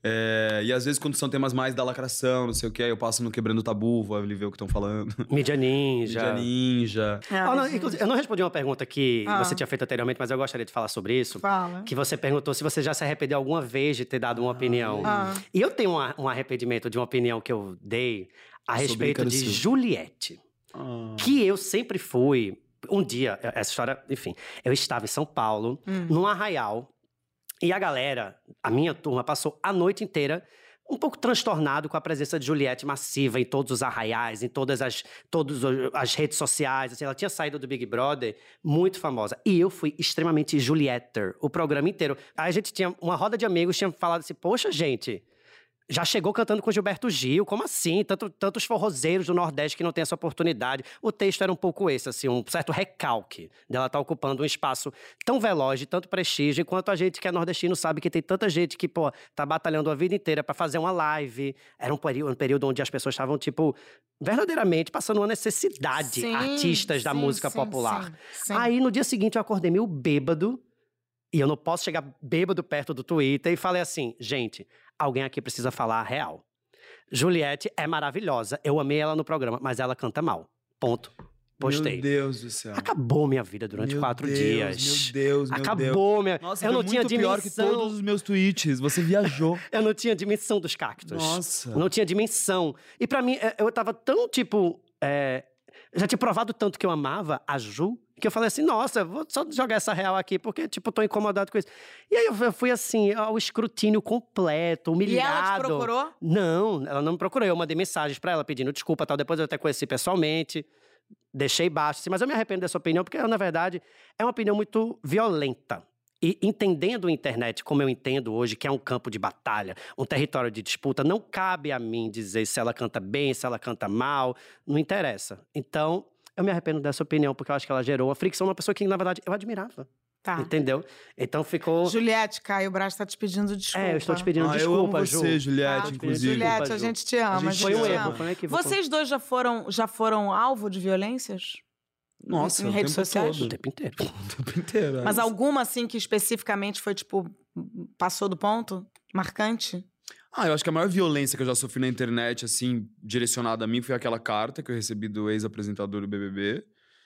É, e às vezes, quando são temas mais da lacração, não sei o que, aí eu passo no Quebrando o Tabu, vou ali ver o que estão falando. Mídia Ninja. Mídia Ninja. É, Ah, não, inclusive, eu não respondi uma pergunta que Ah. você tinha feito anteriormente, mas eu gostaria de falar sobre isso. Fala. Que você perguntou se você já se arrependeu alguma vez de ter dado uma opinião. Ah. E eu tenho uma- um arrependimento de uma opinião que eu dei a Sobre respeito Ícaro de Silva. Juliette. Ah. Que eu sempre fui. Um dia, essa história, enfim, eu estava em São Paulo, Hum. num arraial, e a galera, a minha turma, passou a noite inteira um pouco transtornado com a presença de Juliette massiva em todos os arraiais, em todas as, todas as redes sociais. Assim, ela tinha saído do Big Brother, muito famosa. E eu fui extremamente Julietter, o programa inteiro. Aí a gente tinha uma roda de amigos, tinha falado assim, poxa, gente, já chegou cantando com Gilberto Gil, como assim? Tanto, tantos forrozeiros do Nordeste que não têm essa oportunidade. O texto era um pouco esse, assim, um certo recalque dela estar ocupando um espaço tão veloz, de tanto prestígio, enquanto a gente que é nordestino sabe que tem tanta gente que, pô, tá batalhando a vida inteira pra fazer uma live. Era um período, um período onde as pessoas estavam, tipo, verdadeiramente passando uma necessidade, Sim, artistas da sim, música sim, popular. sim, sim. Aí, no dia seguinte, eu acordei meio bêbado, e eu não posso chegar bêbado perto do Twitter, e falei assim, gente, alguém aqui precisa falar a real. Juliette é maravilhosa, eu amei ela no programa, mas ela canta mal. Ponto. Postei. Meu Deus do céu. Acabou minha vida durante Meu quatro Deus, dias. Meu Deus, meu Acabou Deus. minha... Nossa, eu foi não tinha muito pior que dimensão. todos os meus tweets. Você viajou. Eu não tinha dimensão dos cactos. Nossa. Não tinha dimensão. E pra mim, é, eu tava tão, tipo... É... Já tinha provado tanto que eu amava a Ju, que eu falei assim, nossa, vou só jogar essa real aqui, porque, tipo, tô incomodado com isso. E aí eu fui, assim, ao escrutínio completo, humilhado. E ela te procurou? Não, ela não me procurou. Eu mandei mensagens pra ela pedindo desculpa e tal. Depois eu até conheci pessoalmente. Deixei baixo, assim, mas eu me arrependo dessa opinião, porque, na verdade, é uma opinião muito violenta. E entendendo a internet como eu entendo hoje, que é um campo de batalha, um território de disputa, não cabe a mim dizer se ela canta bem, se ela canta mal, não interessa. Então, eu me arrependo dessa opinião, porque eu acho que ela gerou uma fricção numa pessoa que, na verdade, eu admirava. Tá. Entendeu? Então ficou... Juliette, Caio Braz tá te pedindo desculpa. É, eu estou te pedindo Ah, desculpa, eu amo Ju. você, Juliette, Tá? inclusive. Juliette, Desculpa, a Ju. gente te ama. A gente a gente Foi um te erro, ama. foi um equívoco. Vocês dois já foram, já foram alvo de violências? Nossa, em o redes tempo sociais? O todo. tempo inteiro. O tempo inteiro. é. Mas alguma, assim, que especificamente foi, tipo, passou do ponto? Marcante? Ah, eu acho que a maior violência que eu já sofri na internet, assim, direcionada a mim, foi aquela carta que eu recebi do ex-apresentador do B B B.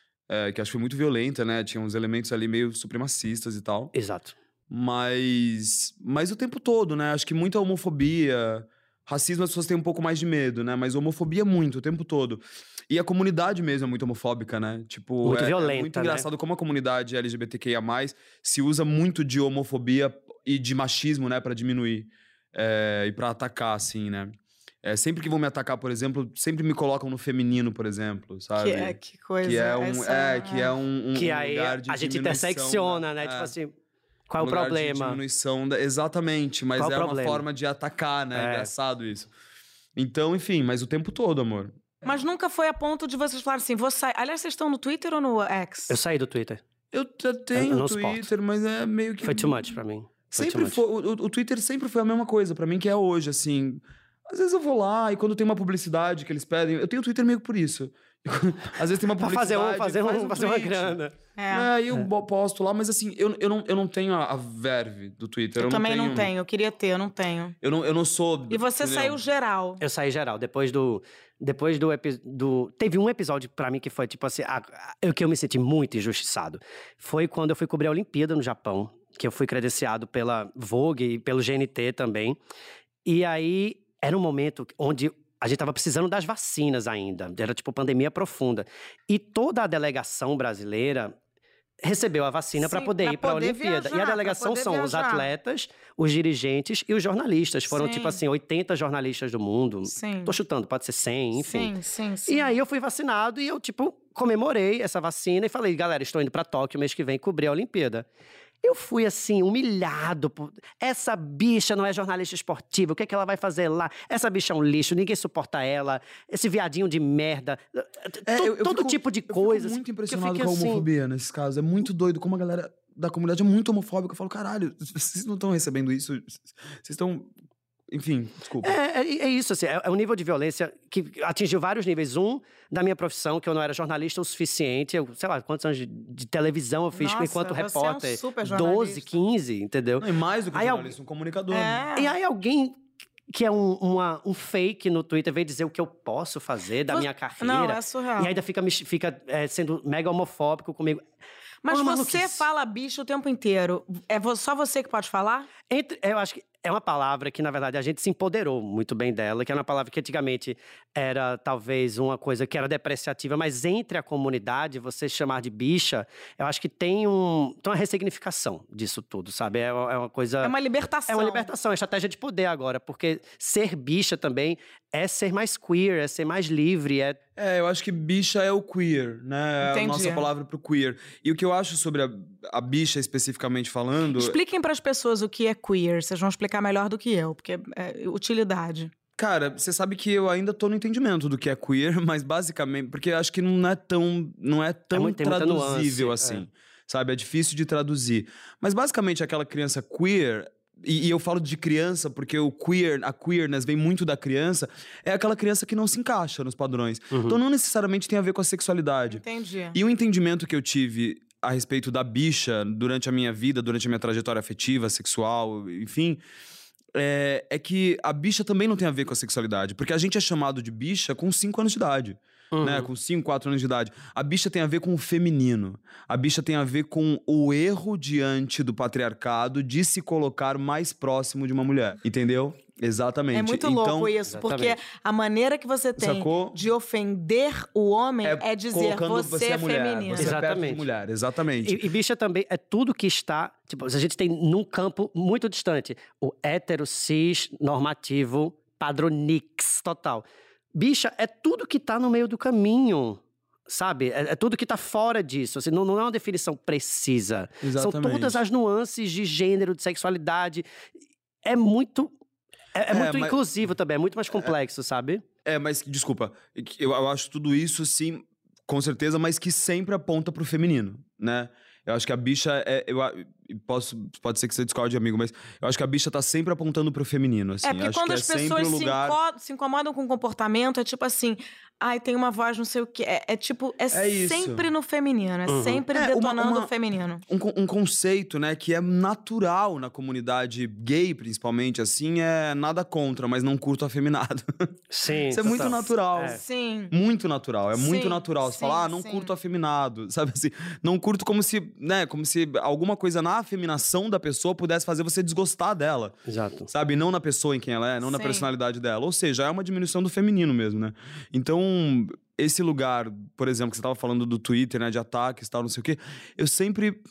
É, que acho que foi muito violenta, né? Tinha uns elementos ali meio supremacistas e tal. Exato. Mas... Mas o tempo todo, né? Acho que muita homofobia... Racismo as pessoas têm um pouco mais de medo, né? Mas homofobia muito, o tempo todo. E a comunidade mesmo é muito homofóbica, né? Tipo, Muito é, violenta, é muito né? engraçado como a comunidade L G B T Q I A mais, se usa muito de homofobia e de machismo, né? Pra diminuir é, e pra atacar, assim, né? É, sempre que vão me atacar, por exemplo, sempre me colocam no feminino, por exemplo, sabe? Que, é, que coisa. Que é um, essa- é, que é um, um Que um aí lugar de a gente diminuição, intersecciona, né? É. Tipo assim, qual é Um o lugar de problema? diminuição da- Exatamente, mas Qual o é uma problema? forma de atacar, né? É. Engraçado isso. Então, enfim, mas o tempo todo, amor. Mas nunca foi a ponto de vocês falarem assim, vou sair. Aliás, vocês estão no Twitter ou no X? Eu saí do Twitter. Eu já tenho não Twitter, suporto. mas é meio que... Foi too much pra mim. Foi too Sempre much. foi... O, o Twitter sempre foi a mesma coisa pra mim que é hoje, assim... Às vezes eu vou lá e quando tem uma publicidade que eles pedem... Eu tenho o Twitter meio por isso. Às vezes tem uma Pra publicidade... fazer, um, fazer, faz um, fazer uma tweet. grana. É. É, aí eu bo- posto lá, mas assim, eu, eu, não, eu não tenho a, a verve do Twitter. Eu, Eu, também não não tenho, eu queria ter, eu não tenho. Eu não, eu não sou... E você entendeu? saiu geral. Eu saí geral. Depois do. Depois do, epi- do. Teve um episódio pra mim que foi, tipo assim, a, a, que eu me senti muito injustiçado. Foi quando eu fui cobrir a Olimpíada no Japão, que eu fui credenciado pela Vogue e pelo G N T também. E aí era um momento onde a gente tava precisando das vacinas ainda. Era tipo pandemia profunda. E toda a delegação brasileira recebeu a vacina para Sim, poder pra ir para a poder Olimpíada. viajar, E a pra delegação poder são os viajar. atletas, os dirigentes e os jornalistas. Foram, Sim. tipo assim, oitenta jornalistas do mundo. Sim. Tô chutando, pode ser cem, enfim. Sim, sim, sim. E aí eu fui vacinado e eu, tipo, comemorei essa vacina e falei, galera, estou indo para Tóquio mês que vem cobrir a Olimpíada. Eu fui, assim, humilhado por... Essa bicha não é jornalista esportiva, o que é que ela vai fazer lá? Essa bicha é um lixo, ninguém suporta ela. Esse viadinho de merda. É, To- eu- eu Todo fico- tipo de eu coisa. fico muito que eu impressionado fiquei com a assim, homofobia nesses casos. É muito doido como a galera da comunidade é muito homofóbica. Eu falo, caralho, vocês não estão recebendo isso? Vocês estão... Enfim, desculpa. É, é, é isso, assim, é, é um nível de violência que atingiu vários níveis. Um, da minha profissão, que eu não era jornalista o suficiente. Eu, sei lá, quantos anos de, de televisão eu fiz Nossa, enquanto você é um repórter. super doze, jornalista. quinze, entendeu? Não, e mais do que Aí, jornalista, um comunicador. né? É. E aí alguém que é um, uma, um fake no Twitter, vem dizer o que eu posso fazer da minha carreira. Não, é surreal. E ainda fica, fica é, sendo mega homofóbico comigo. Mas Uma você maluquice. fala bicho o tempo inteiro. É vo- só você que pode falar? Entre, eu acho que é uma palavra que, na verdade, a gente se empoderou muito bem dela, que é uma palavra que antigamente era talvez uma coisa que era depreciativa, mas entre a comunidade, você chamar de bicha, eu acho que tem, um, tem uma ressignificação disso tudo, sabe? É, é uma coisa... É uma libertação. É uma libertação, é uma estratégia de poder agora, porque ser bicha também é ser mais queer, é ser mais livre, é... É, eu acho que bicha é o queer, né? É a Entendi. nossa palavra pro queer. E o que eu acho sobre a, a bicha especificamente falando... Expliquem para as pessoas o que é queer. Vocês vão explicar melhor do que eu, porque é utilidade. Cara, você sabe que eu ainda tô no entendimento do que é queer, mas basicamente... Porque eu acho que não é tão, não é tão muito- tem muita traduzível nuance, assim, sabe? É difícil de traduzir. Mas basicamente aquela criança queer... E, e eu falo de criança porque o queer, a queerness vem muito da criança. É aquela criança que não se encaixa nos padrões. Uhum. Então não necessariamente tem a ver com a sexualidade. Entendi. E o entendimento que eu tive a respeito da bicha durante a minha vida, durante a minha trajetória afetiva, sexual, enfim, é, é que a bicha também não tem a ver com a sexualidade. Porque a gente é chamado de bicha com cinco anos de idade. Uhum. Né, com cinco, quatro anos de idade. A bicha tem a ver com o feminino. A bicha tem a ver com o erro diante do patriarcado de se colocar mais próximo de uma mulher. Entendeu? Exatamente. É muito então, louco isso, Exatamente. porque a maneira que você tem Sacou? de ofender o homem é, dizer colocando você é mulher, feminino. Você é perto de Exatamente. mulher, exatamente. E, e bicha também é tudo que está... Tipo, a gente tem num campo muito distante o hétero, cis, normativo, padronix, total. Bicha é tudo que tá no meio do caminho, sabe? É, é tudo que tá fora disso. Assim, não, não é uma definição precisa. São Exatamente. todas as nuances de gênero, de sexualidade. É muito... É, é É, muito mas- inclusivo também, é muito mais complexo, sabe? É, mas, desculpa, eu, eu acho tudo isso, sim, com certeza, mas que sempre aponta pro feminino, né? Eu acho que a bicha é... Eu, a- posso, pode ser que você discorde, amigo, mas eu acho que a bicha tá sempre apontando pro feminino, assim. É, porque acho quando que as é sempre pessoas o se, lugar... inco- se incomodam com o comportamento, é tipo assim, ai, tem uma voz não sei o quê. É, é tipo, é, É isso. sempre no feminino, é Uhum. sempre É, uma- detonando uma- o feminino. Um, con- um conceito, né, que é natural na comunidade gay, principalmente, assim, é nada contra, mas não curto afeminado. Sim. Isso é muito total. natural. É. Assim, Sim. Muito natural, é muito Sim, natural. Você sim, fala, ah, não sim. curto afeminado, sabe assim? Não curto como se, né, como se alguma coisa na afeminação da pessoa pudesse fazer você desgostar dela, Exato. sabe? Não na pessoa em quem ela é, não na Sim. personalidade dela. Ou seja, é uma diminuição do feminino mesmo, né? Então, esse lugar, por exemplo, que você tava falando do Twitter, né, de ataques e tal, não sei o quê, eu sempre...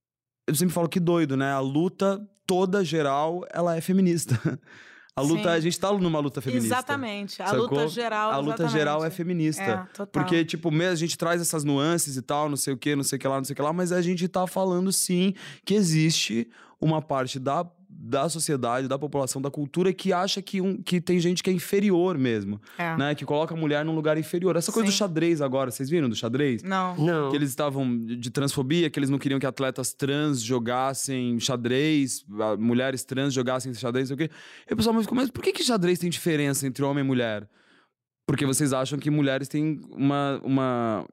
Eu sempre falo que doido, né? A luta toda geral, ela é feminista. A luta, Sim. a gente tá numa luta feminista. Exatamente. A sacou? luta geral. A luta exatamente. geral é feminista. É, total. Porque, tipo, mesmo a gente traz essas nuances e tal, não sei o que, não sei o que lá, não sei o que lá, mas a gente tá falando sim que existe uma parte da, da sociedade, da população, da cultura que acha que, um, que tem gente que é inferior mesmo, É. né? Que coloca a mulher num lugar inferior. Essa coisa Sim. do xadrez agora, vocês viram do xadrez? Não. Não. Que eles estavam de transfobia, que eles não queriam que atletas trans jogassem xadrez, a- mulheres trans jogassem xadrez, não sei o quê. E o pessoal, mas, mas por que, que xadrez tem diferença entre homem e mulher? Porque vocês acham que mulheres têm uma. uma,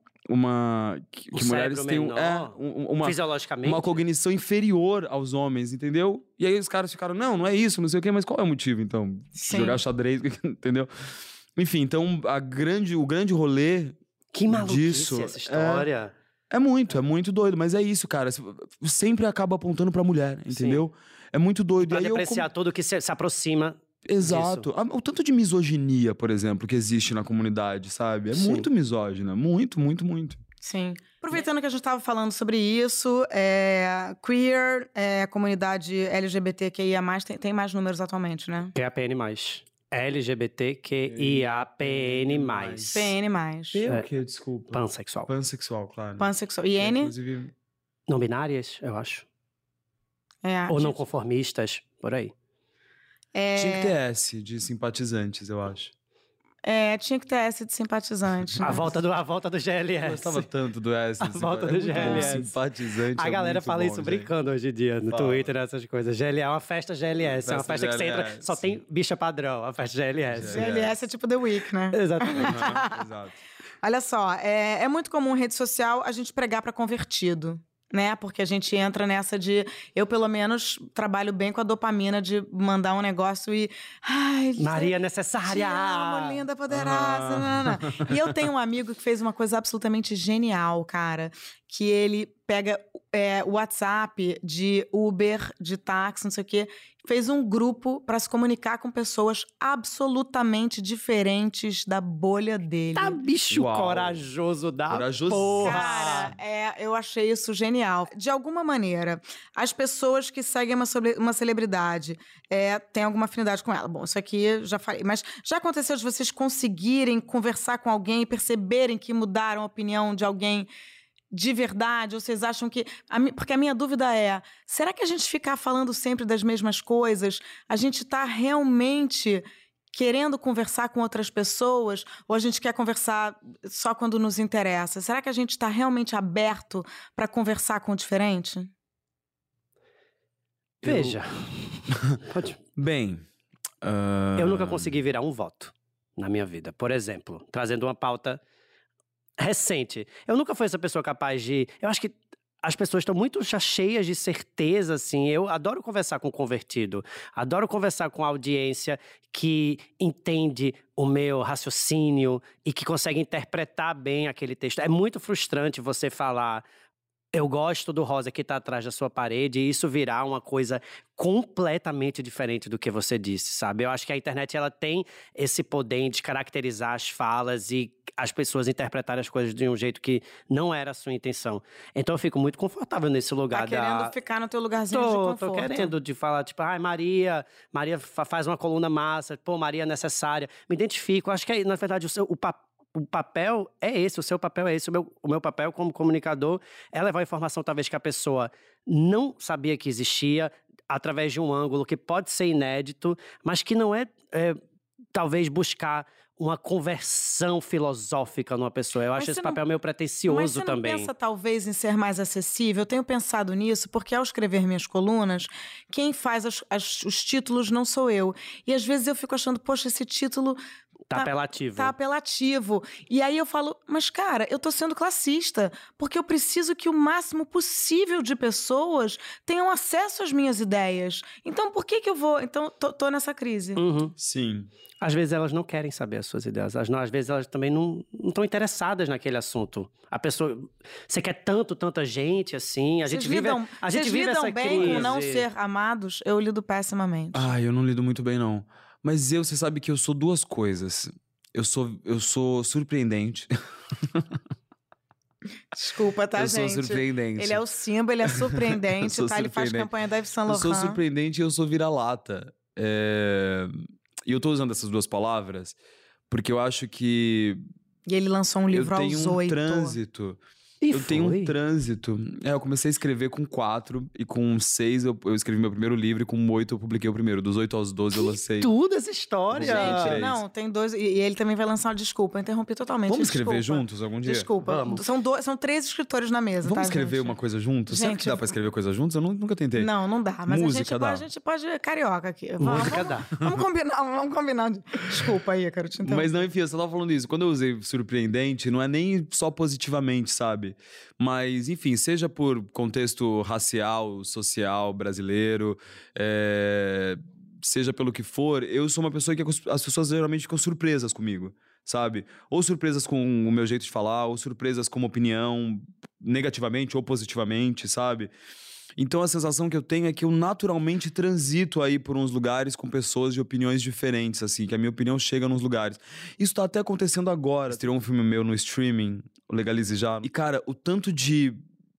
uma que, Um que mulheres cérebro têm um- menor, é, um- uma, Fisiologicamente. uma cognição inferior aos homens, entendeu? E aí os caras ficaram, não, não é isso, não sei o quê, mas qual é o motivo, então? Sim. Jogar xadrez, entendeu? Enfim, então a grande, o grande rolê Que maluquice disso, essa história. é muito, é muito doido, mas é isso, cara. Sempre acaba apontando pra mulher, entendeu? É muito doido. Pra E aí eu depreciar tudo que se, se aproxima. com- Exato. A- O tanto de misoginia, por exemplo, que existe na comunidade, sabe? É Sim. muito misógina. Muito, muito, muito. Sim. Aproveitando que a gente estava falando sobre isso, é, queer, é, comunidade L G B T Q I A mais, tem, tem mais números atualmente, né? Q A P N mais. L G B T Q I A P N mais. P N mais. E É. o que? Desculpa. Pansexual. Pansexual, claro. Pansexual. E É, N? Inclusive, Não binárias, eu acho. É, Ou não gente, conformistas, por aí. é, tinha que ter S de simpatizantes, eu acho. é, tinha que ter essa de simpatizante. A né? volta do, a volta do G L Eu S. gostava tanto do S. A de volta simpa- do é muito bom, G L S. Simpatizante. A é galera muito fala bom, isso gente. brincando hoje em dia, no Fala. Twitter, essas coisas. G L é uma festa G L S. É uma Festa festa que você entra, G L S, só sim. tem bicha padrão, a festa G L S. G L S. G L S é tipo The Week, né? Exatamente. Aham, exato. Olha só, é, é muito comum em rede social a gente pregar pra convertido. né? Porque a gente entra nessa de... Eu, pelo menos, trabalho bem com a dopamina de mandar um negócio e... Ai, Maria necessária! Te amo, linda, poderosa. Ah. E eu tenho um amigo que fez uma coisa absolutamente genial, cara. Que ele pega é, o WhatsApp de Uber, de táxi, não sei o quê. Fez um grupo para se comunicar com pessoas absolutamente diferentes da bolha dele. Tá bicho Uau. corajoso da Corajoso. porra! Cara, é, eu achei isso genial. De alguma maneira, as pessoas que seguem uma, sobre, uma celebridade é, têm alguma afinidade com ela. Bom, isso aqui já falei. Mas já aconteceu de vocês conseguirem conversar com alguém e perceberem que mudaram a opinião de alguém de verdade? Ou vocês acham que... A mi... Porque a minha dúvida é, será que a gente ficar falando sempre das mesmas coisas, a gente tá realmente querendo conversar com outras pessoas ou a gente quer conversar só quando nos interessa? Será que a gente está realmente aberto para conversar com o diferente? Veja. Pode. Bem... Uh... Eu nunca consegui virar um voto na minha vida. Por exemplo, trazendo uma pauta recente. Eu nunca fui essa pessoa capaz de... Eu acho que as pessoas estão muito já cheias de certeza, assim. Eu adoro conversar com o convertido. Adoro conversar com a audiência que entende o meu raciocínio e que consegue interpretar bem aquele texto. É muito frustrante você falar... Eu gosto do rosa que está atrás da sua parede e isso virar uma coisa completamente diferente do que você disse, sabe? Eu acho que a internet ela tem esse poder de caracterizar as falas e as pessoas interpretarem as coisas de um jeito que não era a sua intenção. Então eu fico muito confortável nesse lugar. Tá querendo da... ficar no teu lugarzinho tô, de conforto. Tô querendo de falar, tipo, ai, Maria, Maria faz uma coluna massa, pô, Maria é necessária. Me identifico, acho que, é, na verdade, o seu o papel O papel é esse, o seu papel é esse. O meu, o meu papel como comunicador é levar a informação talvez que a pessoa não sabia que existia, através de um ângulo que pode ser inédito, mas que não é, é talvez buscar uma conversão filosófica numa pessoa. Eu mas acho esse não, papel meio pretencioso mas você também. Mas você não pensa talvez em ser mais acessível? Eu tenho pensado nisso porque ao escrever minhas colunas, quem faz as, as, os títulos não sou eu. E às vezes eu fico achando, poxa, esse título... Tá, tá apelativo. Tá apelativo. E aí eu falo, mas cara, eu tô sendo classista, porque eu preciso que o máximo possível de pessoas tenham acesso às minhas ideias. Então por que que eu vou... Então tô, tô nessa crise. Uhum. Sim. Às vezes elas não querem saber as suas ideias. Às, não, às vezes elas também não estão interessadas naquele assunto. A pessoa... Você quer tanto, tanta gente, assim. A Vocês gente vive, lidam, a gente vocês vive lidam essa bem crise. com não ser amados? Eu lido pessimamente. Ah, eu não lido muito bem, não. Mas eu, você sabe que eu sou duas coisas. Eu sou, eu sou surpreendente. Desculpa, tá, eu gente? Eu sou surpreendente. Ele é o Simba, ele é surpreendente, tá? surpreendente. Ele faz campanha da Yves Saint Laurent. Eu sou surpreendente e eu sou vira-lata. É... E eu tô usando essas duas palavras porque eu acho que... E ele lançou um livro eu tenho aos um oito. trânsito... E eu foi? tenho um trânsito. É, eu comecei a escrever com quatro, e com seis eu, eu escrevi meu primeiro livro, e com oito eu publiquei o primeiro. Dos oito aos doze eu lancei. Tudo essa história! Gente, Gente, não, tem dois. E ele também vai lançar. Desculpa, eu interrompi totalmente. Vamos escrever desculpa. juntos algum dia? Desculpa. Vamos. São, dois, são três escritores na mesa. Vamos tá, escrever gente? uma coisa juntos? Será Gente, que dá pra escrever coisa juntos? Eu nunca tentei. Não, não dá. Mas Música a, gente dá. pode, a gente pode. Carioca aqui. Vamos, Música vamos, dá. Vamos combinar, vamos combinar. Desculpa aí, quero te interromper. Mas não, enfim, eu só tava falando isso. Quando eu usei surpreendente, não é nem só positivamente, sabe? Mas, enfim, seja por contexto racial, social, brasileiro, é... seja pelo que for, eu sou uma pessoa que as pessoas geralmente ficam surpresas comigo, sabe? Ou surpresas com o meu jeito de falar, ou surpresas com uma opinião, negativamente ou positivamente, sabe? Então a sensação que eu tenho é que eu naturalmente transito aí por uns lugares com pessoas de opiniões diferentes, assim, que a minha opinião chega nos lugares. Isso tá até acontecendo agora. Estreou um filme meu no streaming, o Legalize Já. E, cara, o tanto de...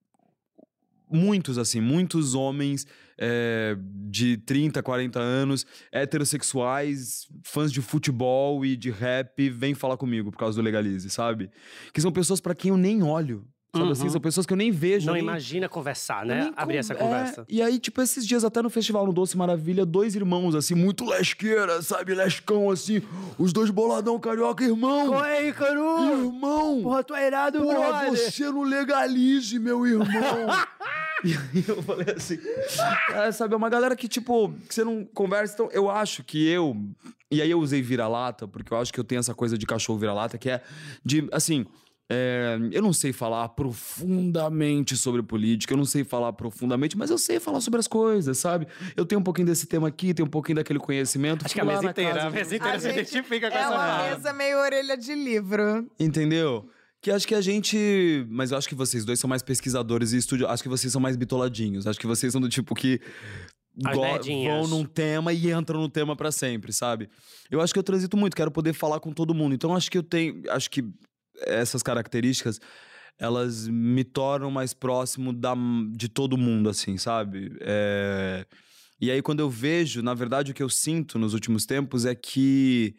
Muitos, assim, muitos homens é, de trinta, quarenta anos, heterossexuais, fãs de futebol e de rap, vêm falar comigo por causa do Legalize, sabe? Que são pessoas pra quem eu nem olho. Sabe Uhum. assim? São pessoas que eu nem vejo. Não nem... imagina conversar, né? nem Abrir con- essa é, conversa. E aí, tipo, esses dias até no festival no Doce Maravilha, dois irmãos, assim, muito lesqueira, sabe? Lescão, assim, os dois boladão carioca, irmão! Qual é, Caru? Irmão! Porra, tu é irado, Porra, brother! você não legalize, meu irmão! E aí eu falei assim... É, sabe, é uma galera que, tipo, que você não conversa. Então, eu acho que eu... E aí eu usei vira-lata, porque eu acho que eu tenho essa coisa de cachorro vira-lata, que é de, assim... É, eu não sei falar profundamente sobre política, eu não sei falar profundamente, mas eu sei falar sobre as coisas, sabe? Eu tenho um pouquinho desse tema aqui, tenho um pouquinho daquele conhecimento. Acho que a mesa inteira, a mesa inteira se identifica com é essa uma fala. mesa meio orelha de livro. Entendeu? Que acho que a gente... Mas eu acho que vocês dois são mais pesquisadores e estúdio. Acho que vocês são mais bitoladinhos. Acho que vocês são do tipo que... As Go- nerdinhas. vão num tema e entram no tema pra sempre, sabe? Eu acho que eu transito muito, quero poder falar com todo mundo. Então acho que eu tenho... Acho que essas características, elas me tornam mais próximo da, de todo mundo, assim, sabe? É... E aí quando eu vejo, na verdade o que eu sinto nos últimos tempos é que...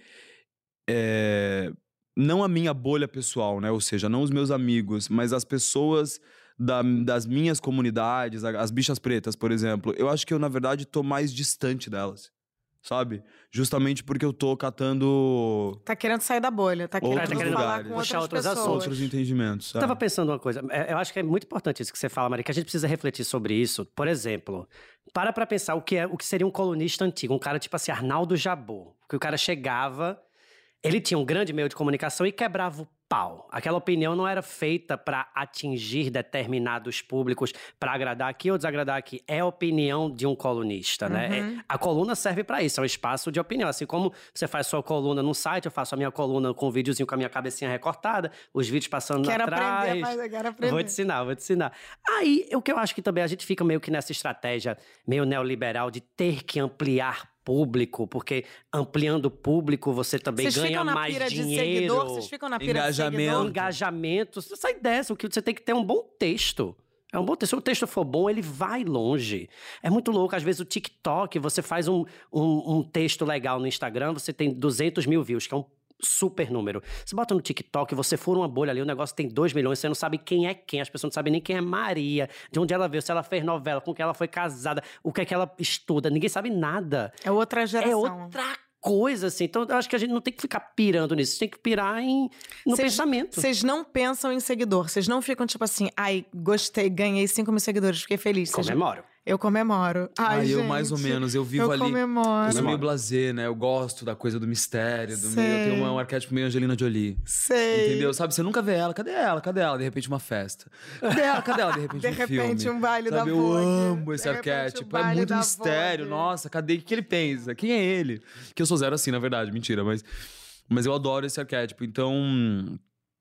É... Não a minha bolha pessoal, né? Ou seja, não os meus amigos, mas as pessoas da, das minhas comunidades, as bichas pretas, por exemplo. Eu acho que eu, na verdade, tô mais distante delas, sabe? Justamente porque eu tô catando... Tá querendo sair da bolha, tá querendo, Outros falar lugares. com Puxar outras outros pessoas. outros entendimentos, Eu sabe? tava pensando uma coisa, é, eu acho que é muito importante isso que você fala, Maria, que a gente precisa refletir sobre isso. Por exemplo, para pra pensar o que, é, o que seria um colunista antigo, um cara tipo assim, Arnaldo Jabbour, que o cara chegava, ele tinha um grande meio de comunicação e quebrava o pau. Aquela opinião não era feita para atingir determinados públicos, para agradar aqui ou desagradar aqui. É a opinião de um colunista, Uhum. né? É, a coluna serve para isso, é um espaço de opinião. Assim como você faz sua coluna no site, eu faço a minha coluna com um videozinho com a minha cabecinha recortada, os vídeos passando Quero atrás. aprender, mas eu quero aprender. Vou te ensinar, vou te ensinar. Aí, o que eu acho que também a gente fica meio que nessa estratégia meio neoliberal de ter que ampliar público, porque ampliando o público você também Vocês ganha ficam na mais pira de dinheiro. seguidor? Vocês ficam na pira Engajamento. de seguidor? Engajamento. Essa ideia, o que você tem que ter um bom texto. É um bom texto. Se o texto for bom, ele vai longe. É muito louco. Às vezes o TikTok, você faz um, um, um texto legal no Instagram, você tem duzentos mil views, que é um super número. Você bota no TikTok, você fura uma bolha ali, o negócio tem dois milhões, você não sabe quem é quem, as pessoas não sabem nem quem é Maria, de onde ela veio, se ela fez novela, com quem ela foi casada, o que é que ela estuda, ninguém sabe nada. É outra geração. É outra coisa, assim. Então, eu acho que a gente não tem que ficar pirando nisso, tem que pirar em, no Cês- pensamento. Vocês não pensam em seguidor. Vocês não ficam tipo assim, ai, gostei, ganhei cinco mil seguidores, fiquei feliz. Cês- Comemoro. Eu comemoro. Ai, Ah, eu gente, mais ou menos, eu vivo eu ali. comemoro. Eu sou meio blasé, né? Eu gosto da coisa do mistério, do Sei. meio. Eu tenho um, um arquétipo meio Angelina Jolie. Sei. Entendeu? Sabe, você nunca vê ela. Cadê ela? Cadê ela? De repente, uma festa. Cadê ela? Cadê ela? De repente, De um repente, filme. um baile Sabe, da eu Vogue. amo esse De repente, um arquétipo. É baile muito da mistério. Vogue. Nossa, cadê? O que que ele pensa? Quem é ele? Que eu sou zero assim, na verdade. Mentira, mas... Mas eu adoro esse arquétipo. Então...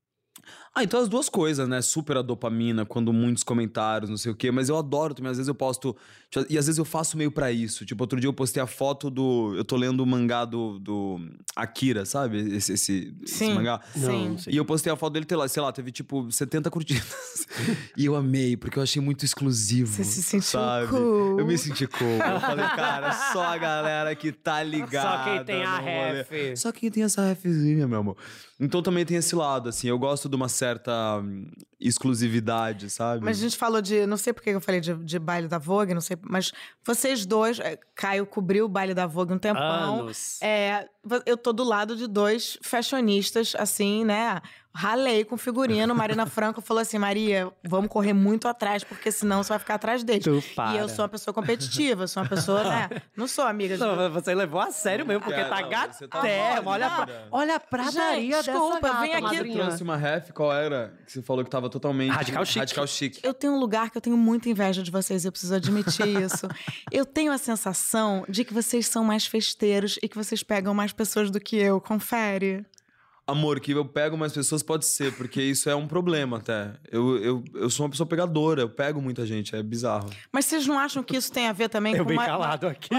Ah, então as duas coisas, né? Super a dopamina, quando muitos comentários, não sei o quê. Mas eu adoro também. Às vezes eu posto... E às vezes eu faço meio pra isso. Tipo, outro dia eu postei a foto do... Eu tô lendo o mangá do... do Akira, sabe? Esse, esse, esse Sim. mangá. Sim. Não, sei. E eu postei a foto dele, sei lá, sei lá, teve tipo setenta curtidas. E eu amei, porque eu achei muito exclusivo. Você se sentiu sabe? cool. Eu me senti cool. Eu falei, cara, só a galera que tá ligada. Só quem tem a no rolê. ref. Só quem tem essa refzinha, meu amor. Então também tem esse lado, assim. Eu gosto de uma certa hum, exclusividade, sabe? Mas a gente falou de... Não sei por que eu falei de, de baile da Vogue, não sei... Mas vocês dois... é, Caio cobriu o baile da Vogue um tempão. Anos. É, eu tô do lado de dois fashionistas, assim, né? Ralei com figurino. Marina Franco falou assim, Maria, vamos correr muito atrás, porque senão você vai ficar atrás deles. Tu para. E eu sou uma pessoa competitiva, sou uma pessoa, né? Não sou amiga de... Não, você levou a sério mesmo, porque É, tá não, você tá gatermo. doida. olha, a- olha a pradaria Gente, desculpa, dessa gata, vem aqui- Você madrinha. trouxe uma ref, qual era? Que você falou que tava totalmente... Radical chique. Radical chique. Eu tenho um lugar que eu tenho muita inveja de vocês, eu preciso admitir isso. Eu tenho a sensação de que vocês são mais festeiros e que vocês pegam mais pessoas do que eu, confere. Amor, que eu pego mais pessoas pode ser, porque isso é um problema até. Eu, eu, eu sou uma pessoa pegadora, eu pego muita gente, é bizarro. Mas vocês não acham que isso tem a ver também Eu com bem uma... calado aqui.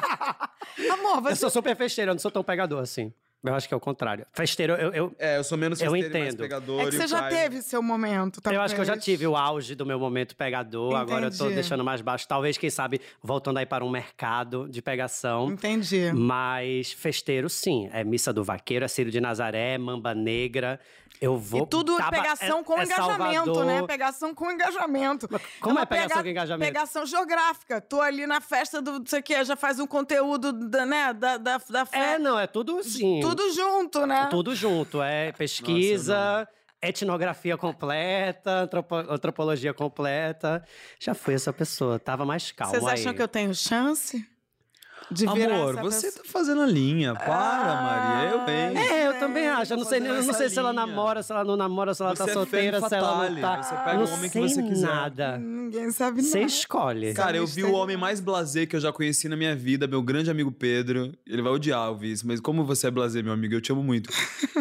Amor, Eu você... sou super festeiro, eu não sou tão pegador assim. Eu acho que é o contrário. Festeiro, eu, eu, É, eu sou menos Eu festeiro e mais entendo. pegador. É que e você o já Caio- teve seu momento, talvez. eu acho que eu já tive o auge do meu momento pegador. Agora eu tô Entendi. deixando mais baixo. Talvez, quem sabe, voltando aí para um mercado de pegação. Entendi. Mas festeiro, sim. É Missa do Vaqueiro, é Círio de Nazaré, Mamba Negra. Eu vou... E tudo Tava- pegação é- com é engajamento, Salvador. né? Pegação com engajamento. como uma é pegação com engajamento? Pegação geográfica. Tô ali na festa do... Não sei o quê, já faz um conteúdo, da, né? Da, da, da festa. É, não, é tudo assim. Tudo junto, né? Tudo junto. É pesquisa, etnografia completa, antropo- antropologia completa. Já fui essa pessoa, tava mais calma Vocês aí. acham que eu tenho chance? De virar Amor, essa você pessoa. tá fazendo a linha. Para, Ah, Maria. Eu, hein? É, eu também acho. Eu não sei, fazendo eu não essa sei se ela linha. namora, se ela não namora, se ela Você tá é solteira, femme se ela fatale. não tá. Você pega não o homem que sei você quiser. nada. Ninguém sabe Você nada. escolhe. Cara, eu vi o homem mais blasé que eu já conheci na minha vida, meu grande amigo Pedro. Ele vai odiar ouvir isso, mas como você é blasé, meu amigo, eu te amo muito.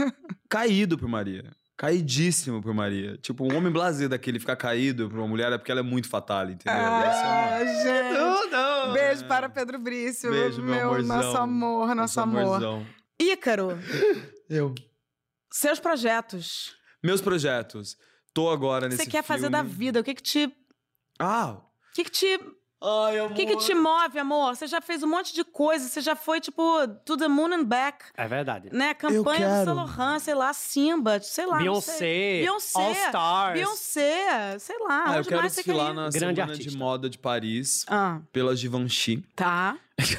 Caído por Maria. Caidíssimo por Maria. Tipo, um homem blasé daquele ficar caído por uma mulher é porque ela é muito fatal, entendeu? Esse é uma- Ah, gente. Tudo! Beijo para Pedro Brício. Beijo, meu amorzão. Nosso amor, nosso Nosso amor. amorzão. Ícaro, Eu. seus projetos. Meus projetos. Tô agora O que nesse você quer fazer filme. da vida? O que que te... O Ah! que que te... Ai, amor. O que que te move, amor? Você já fez um monte de coisa. Você já foi, tipo, to the moon and back. É verdade. Né? Campanha do quero. Saint Laurent, sei lá, Simba, sei lá. não sei. Beyoncé, Beyoncé. All Stars. Beyoncé, sei lá. Ah, eu onde quero mais você quer desfilar ir? na Grande Semana artista. de Moda de Paris Ah, pela Givenchy. tá,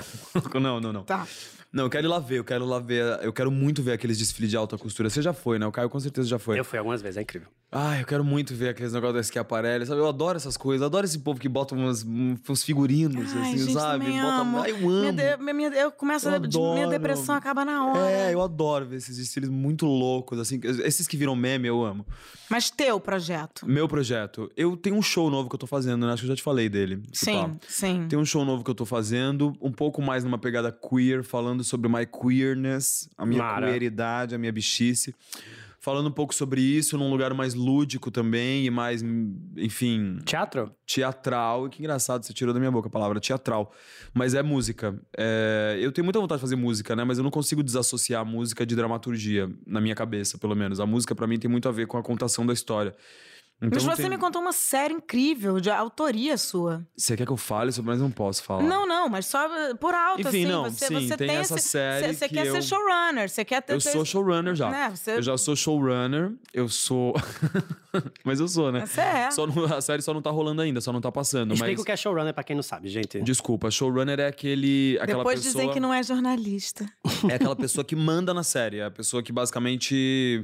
Não, não, não. tá. Não, eu quero ir lá ver, eu quero lá ver. Eu quero muito ver aqueles desfiles de alta costura. Você já foi, né? O Caio com certeza já foi. Eu fui algumas vezes, é incrível. Ah, eu quero muito ver aqueles negócios da Schiaparelli, sabe? Eu adoro essas coisas, eu adoro esse povo que bota umas, uns figurinos, Ai, assim, gente, sabe? também Bota... amo. Ai, eu amo. Minha de- minha- minha- eu começo Eu a... de- Minha adoro. depressão acaba na hora. É, eu adoro ver esses desfiles muito loucos, assim. Esses que viram meme, eu amo. Mas teu projeto. Meu projeto. Eu tenho um show novo que eu tô fazendo, né? Acho que eu já te falei dele. se Sim, pá. sim. Tem um show novo que eu tô fazendo, um pouco mais numa pegada queer, falando sobre my queerness, a minha Mara. queeridade, a minha bichice. Falando um pouco sobre isso num lugar mais lúdico também e mais, enfim, Teatro? teatral. E que engraçado, você tirou da minha boca a palavra teatral. Mas é música. É, eu tenho muita vontade de fazer música, né? Mas eu não consigo desassociar a música de dramaturgia, na minha cabeça, pelo menos. A música, pra mim, tem muito a ver com a contação da história. Então, Mas não você tem- me contou uma série incrível de autoria sua. Você quer que eu fale sobre, mas não posso falar. Não, não, mas só uh, por alto, Enfim, assim. não, você, sim, você tem tem essa esse- série Você, você que quer eu- ser showrunner, você quer ter... Eu sou showrunner já. Né, você- Eu já sou showrunner, eu sou... mas eu sou, né? Você é. Só não- a série só não tá rolando ainda, só não tá passando. Explica mas... o que é showrunner pra quem não sabe, gente. Desculpa, showrunner é aquele... Aquela Depois pessoa... dizem que não é jornalista. É aquela pessoa que manda na série. É a pessoa que basicamente...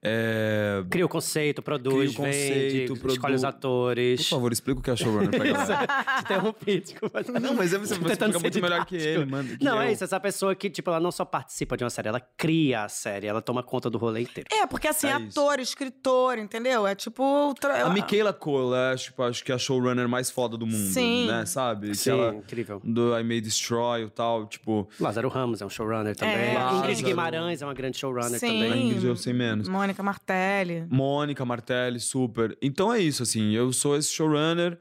É... Cria o conceito, produz, Cria o conceito, vende, produ- escolhe os atores. Por favor, explica o que é showrunner pra galera. Te interrompi, desculpa. Não, mas é você, você Tentando explica ser muito melhor que didático. ele, mano. que Não, é eu. isso. Essa pessoa que, tipo, ela não só participa de uma série, ela cria a série, ela toma conta do rolê inteiro. É, porque assim, É isso. ator, escritor, entendeu? É tipo... Tra... A Michaela Cole, é, tipo, acho que é a showrunner mais foda do mundo, Sim. né? Sabe? Sim, Que ela, incrível. do I May Destroy e tal, tipo... Lázaro Ramos é um showrunner também. É, Ingrid Lázaro. Guimarães é uma grande showrunner Sim. A também. Ingrid eu sei menos. Mônica Martelli. Mônica Martelli, super. Então é isso, assim, eu sou esse showrunner.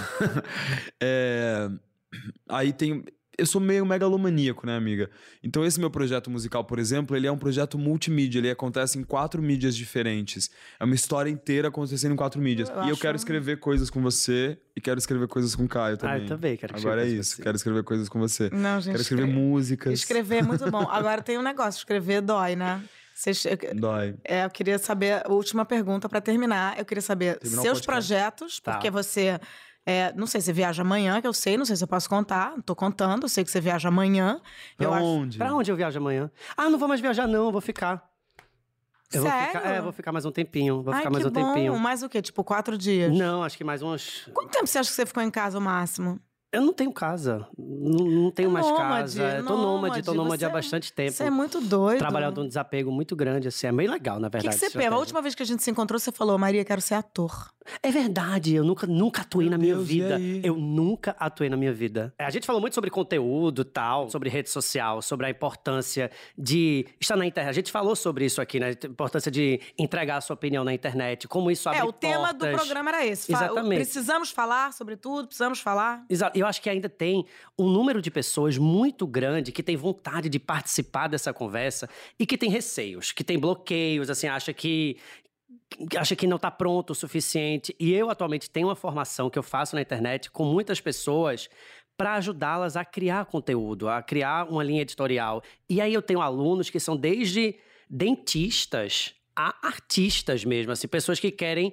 É, aí tem... Eu sou meio megalomaníaco, né, amiga? Então esse meu projeto musical, por exemplo, ele é um projeto multimídia. Ele acontece em quatro mídias diferentes. É uma história inteira acontecendo em quatro mídias. Eu e eu acho- quero escrever coisas com você e quero escrever coisas com o Caio Ah, também. eu também quero Agora é escrever isso, com você. quero escrever coisas com você. Não, gente. Quero escrever escre- músicas. Escrever é muito bom. Agora tem um negócio, escrever dói, né? Vocês- Dói. É, eu queria saber, a última pergunta pra terminar. Eu queria saber Terminar o seus podcast. projetos, Tá. porque você. é, não sei, você viaja amanhã, que eu sei, não sei se eu posso contar, não tô contando, eu sei que você viaja amanhã. Pra eu acho- onde? Pra onde eu viajo amanhã? Ah, não vou mais viajar, não, eu vou ficar. Eu vou Sério? ficar, é, vou ficar mais um tempinho. Vou Ai, ficar que mais um bom. tempinho. Mais o quê? Tipo, quatro dias? Não, acho que mais uns. Quanto tempo você acha que você ficou em casa o máximo? Eu não tenho casa. Não, não tenho É mais nômade, casa. Eu tô nômade, tô nômade. nômade Você há é- bastante tempo. Você é muito doido. Trabalhando um desapego muito grande, assim. É bem legal, na O que, verdade. que você essa pensa? A estratégia. última vez que a gente se encontrou, você falou, Maria, quero ser ator. É verdade, eu nunca, nunca atuei Meu na minha Deus, e vida. aí? Eu nunca atuei na minha vida. É, a gente falou muito sobre conteúdo e tal, sobre rede social, sobre a importância de estar na internet. A gente falou sobre isso aqui, né? A importância de entregar a sua opinião na internet, como isso abre É, o tema do portas. programa era esse. Fa- Exatamente. Precisamos falar sobre tudo, precisamos falar. Exato. Eu acho que ainda tem um número de pessoas muito grande que tem vontade de participar dessa conversa e que tem receios, que tem bloqueios, assim, acha que acha que não está pronto o suficiente. E eu atualmente tenho uma formação que eu faço na internet com muitas pessoas para ajudá-las a criar conteúdo, a criar uma linha editorial. E aí eu tenho alunos que são desde dentistas a artistas mesmo, assim, pessoas que querem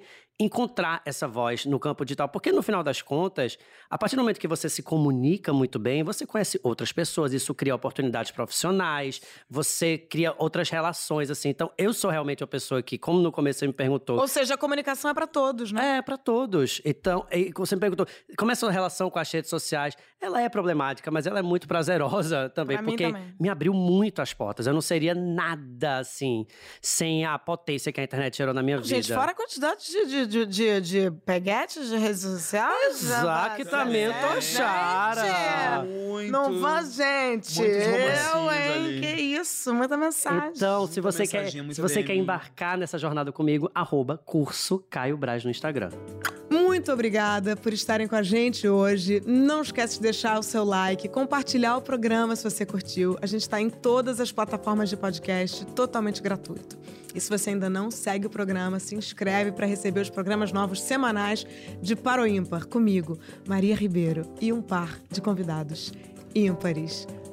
encontrar essa voz no campo digital. Porque, no final das contas, a partir do momento que você se comunica muito bem, você conhece outras pessoas, isso cria oportunidades profissionais, você cria outras relações, assim. Então, eu sou realmente uma pessoa que, como no começo você me perguntou... Ou seja, a comunicação é para todos, né? É, para todos. Então, e você me perguntou, como é a sua relação com as redes sociais? Ela é problemática, mas ela é muito prazerosa também, pra porque mim também. me abriu muito as portas. Eu não seria nada, assim, sem a potência que a internet gerou na minha vida. Gente, fora a quantidade de, de, de, de, de peguetes de redes sociais. Exatamente, é, Chara. Muito. Não vá, gente. Muitos Eu, romancinhos hein? ali. Que isso, muita mensagem. Então, se você, quer, mensaginha, muito se você D M. quer embarcar nessa jornada comigo, arroba curso Caio Braz no Instagram. Muito obrigada por estarem com a gente hoje. Não esquece de deixar o seu like, compartilhar o programa se você curtiu. A gente está em todas as plataformas de podcast, totalmente gratuito. E se você ainda não segue o programa, se inscreve para receber os programas novos semanais de Par ou Ímpar, comigo, Maria Ribeiro, e um par de convidados ímpares.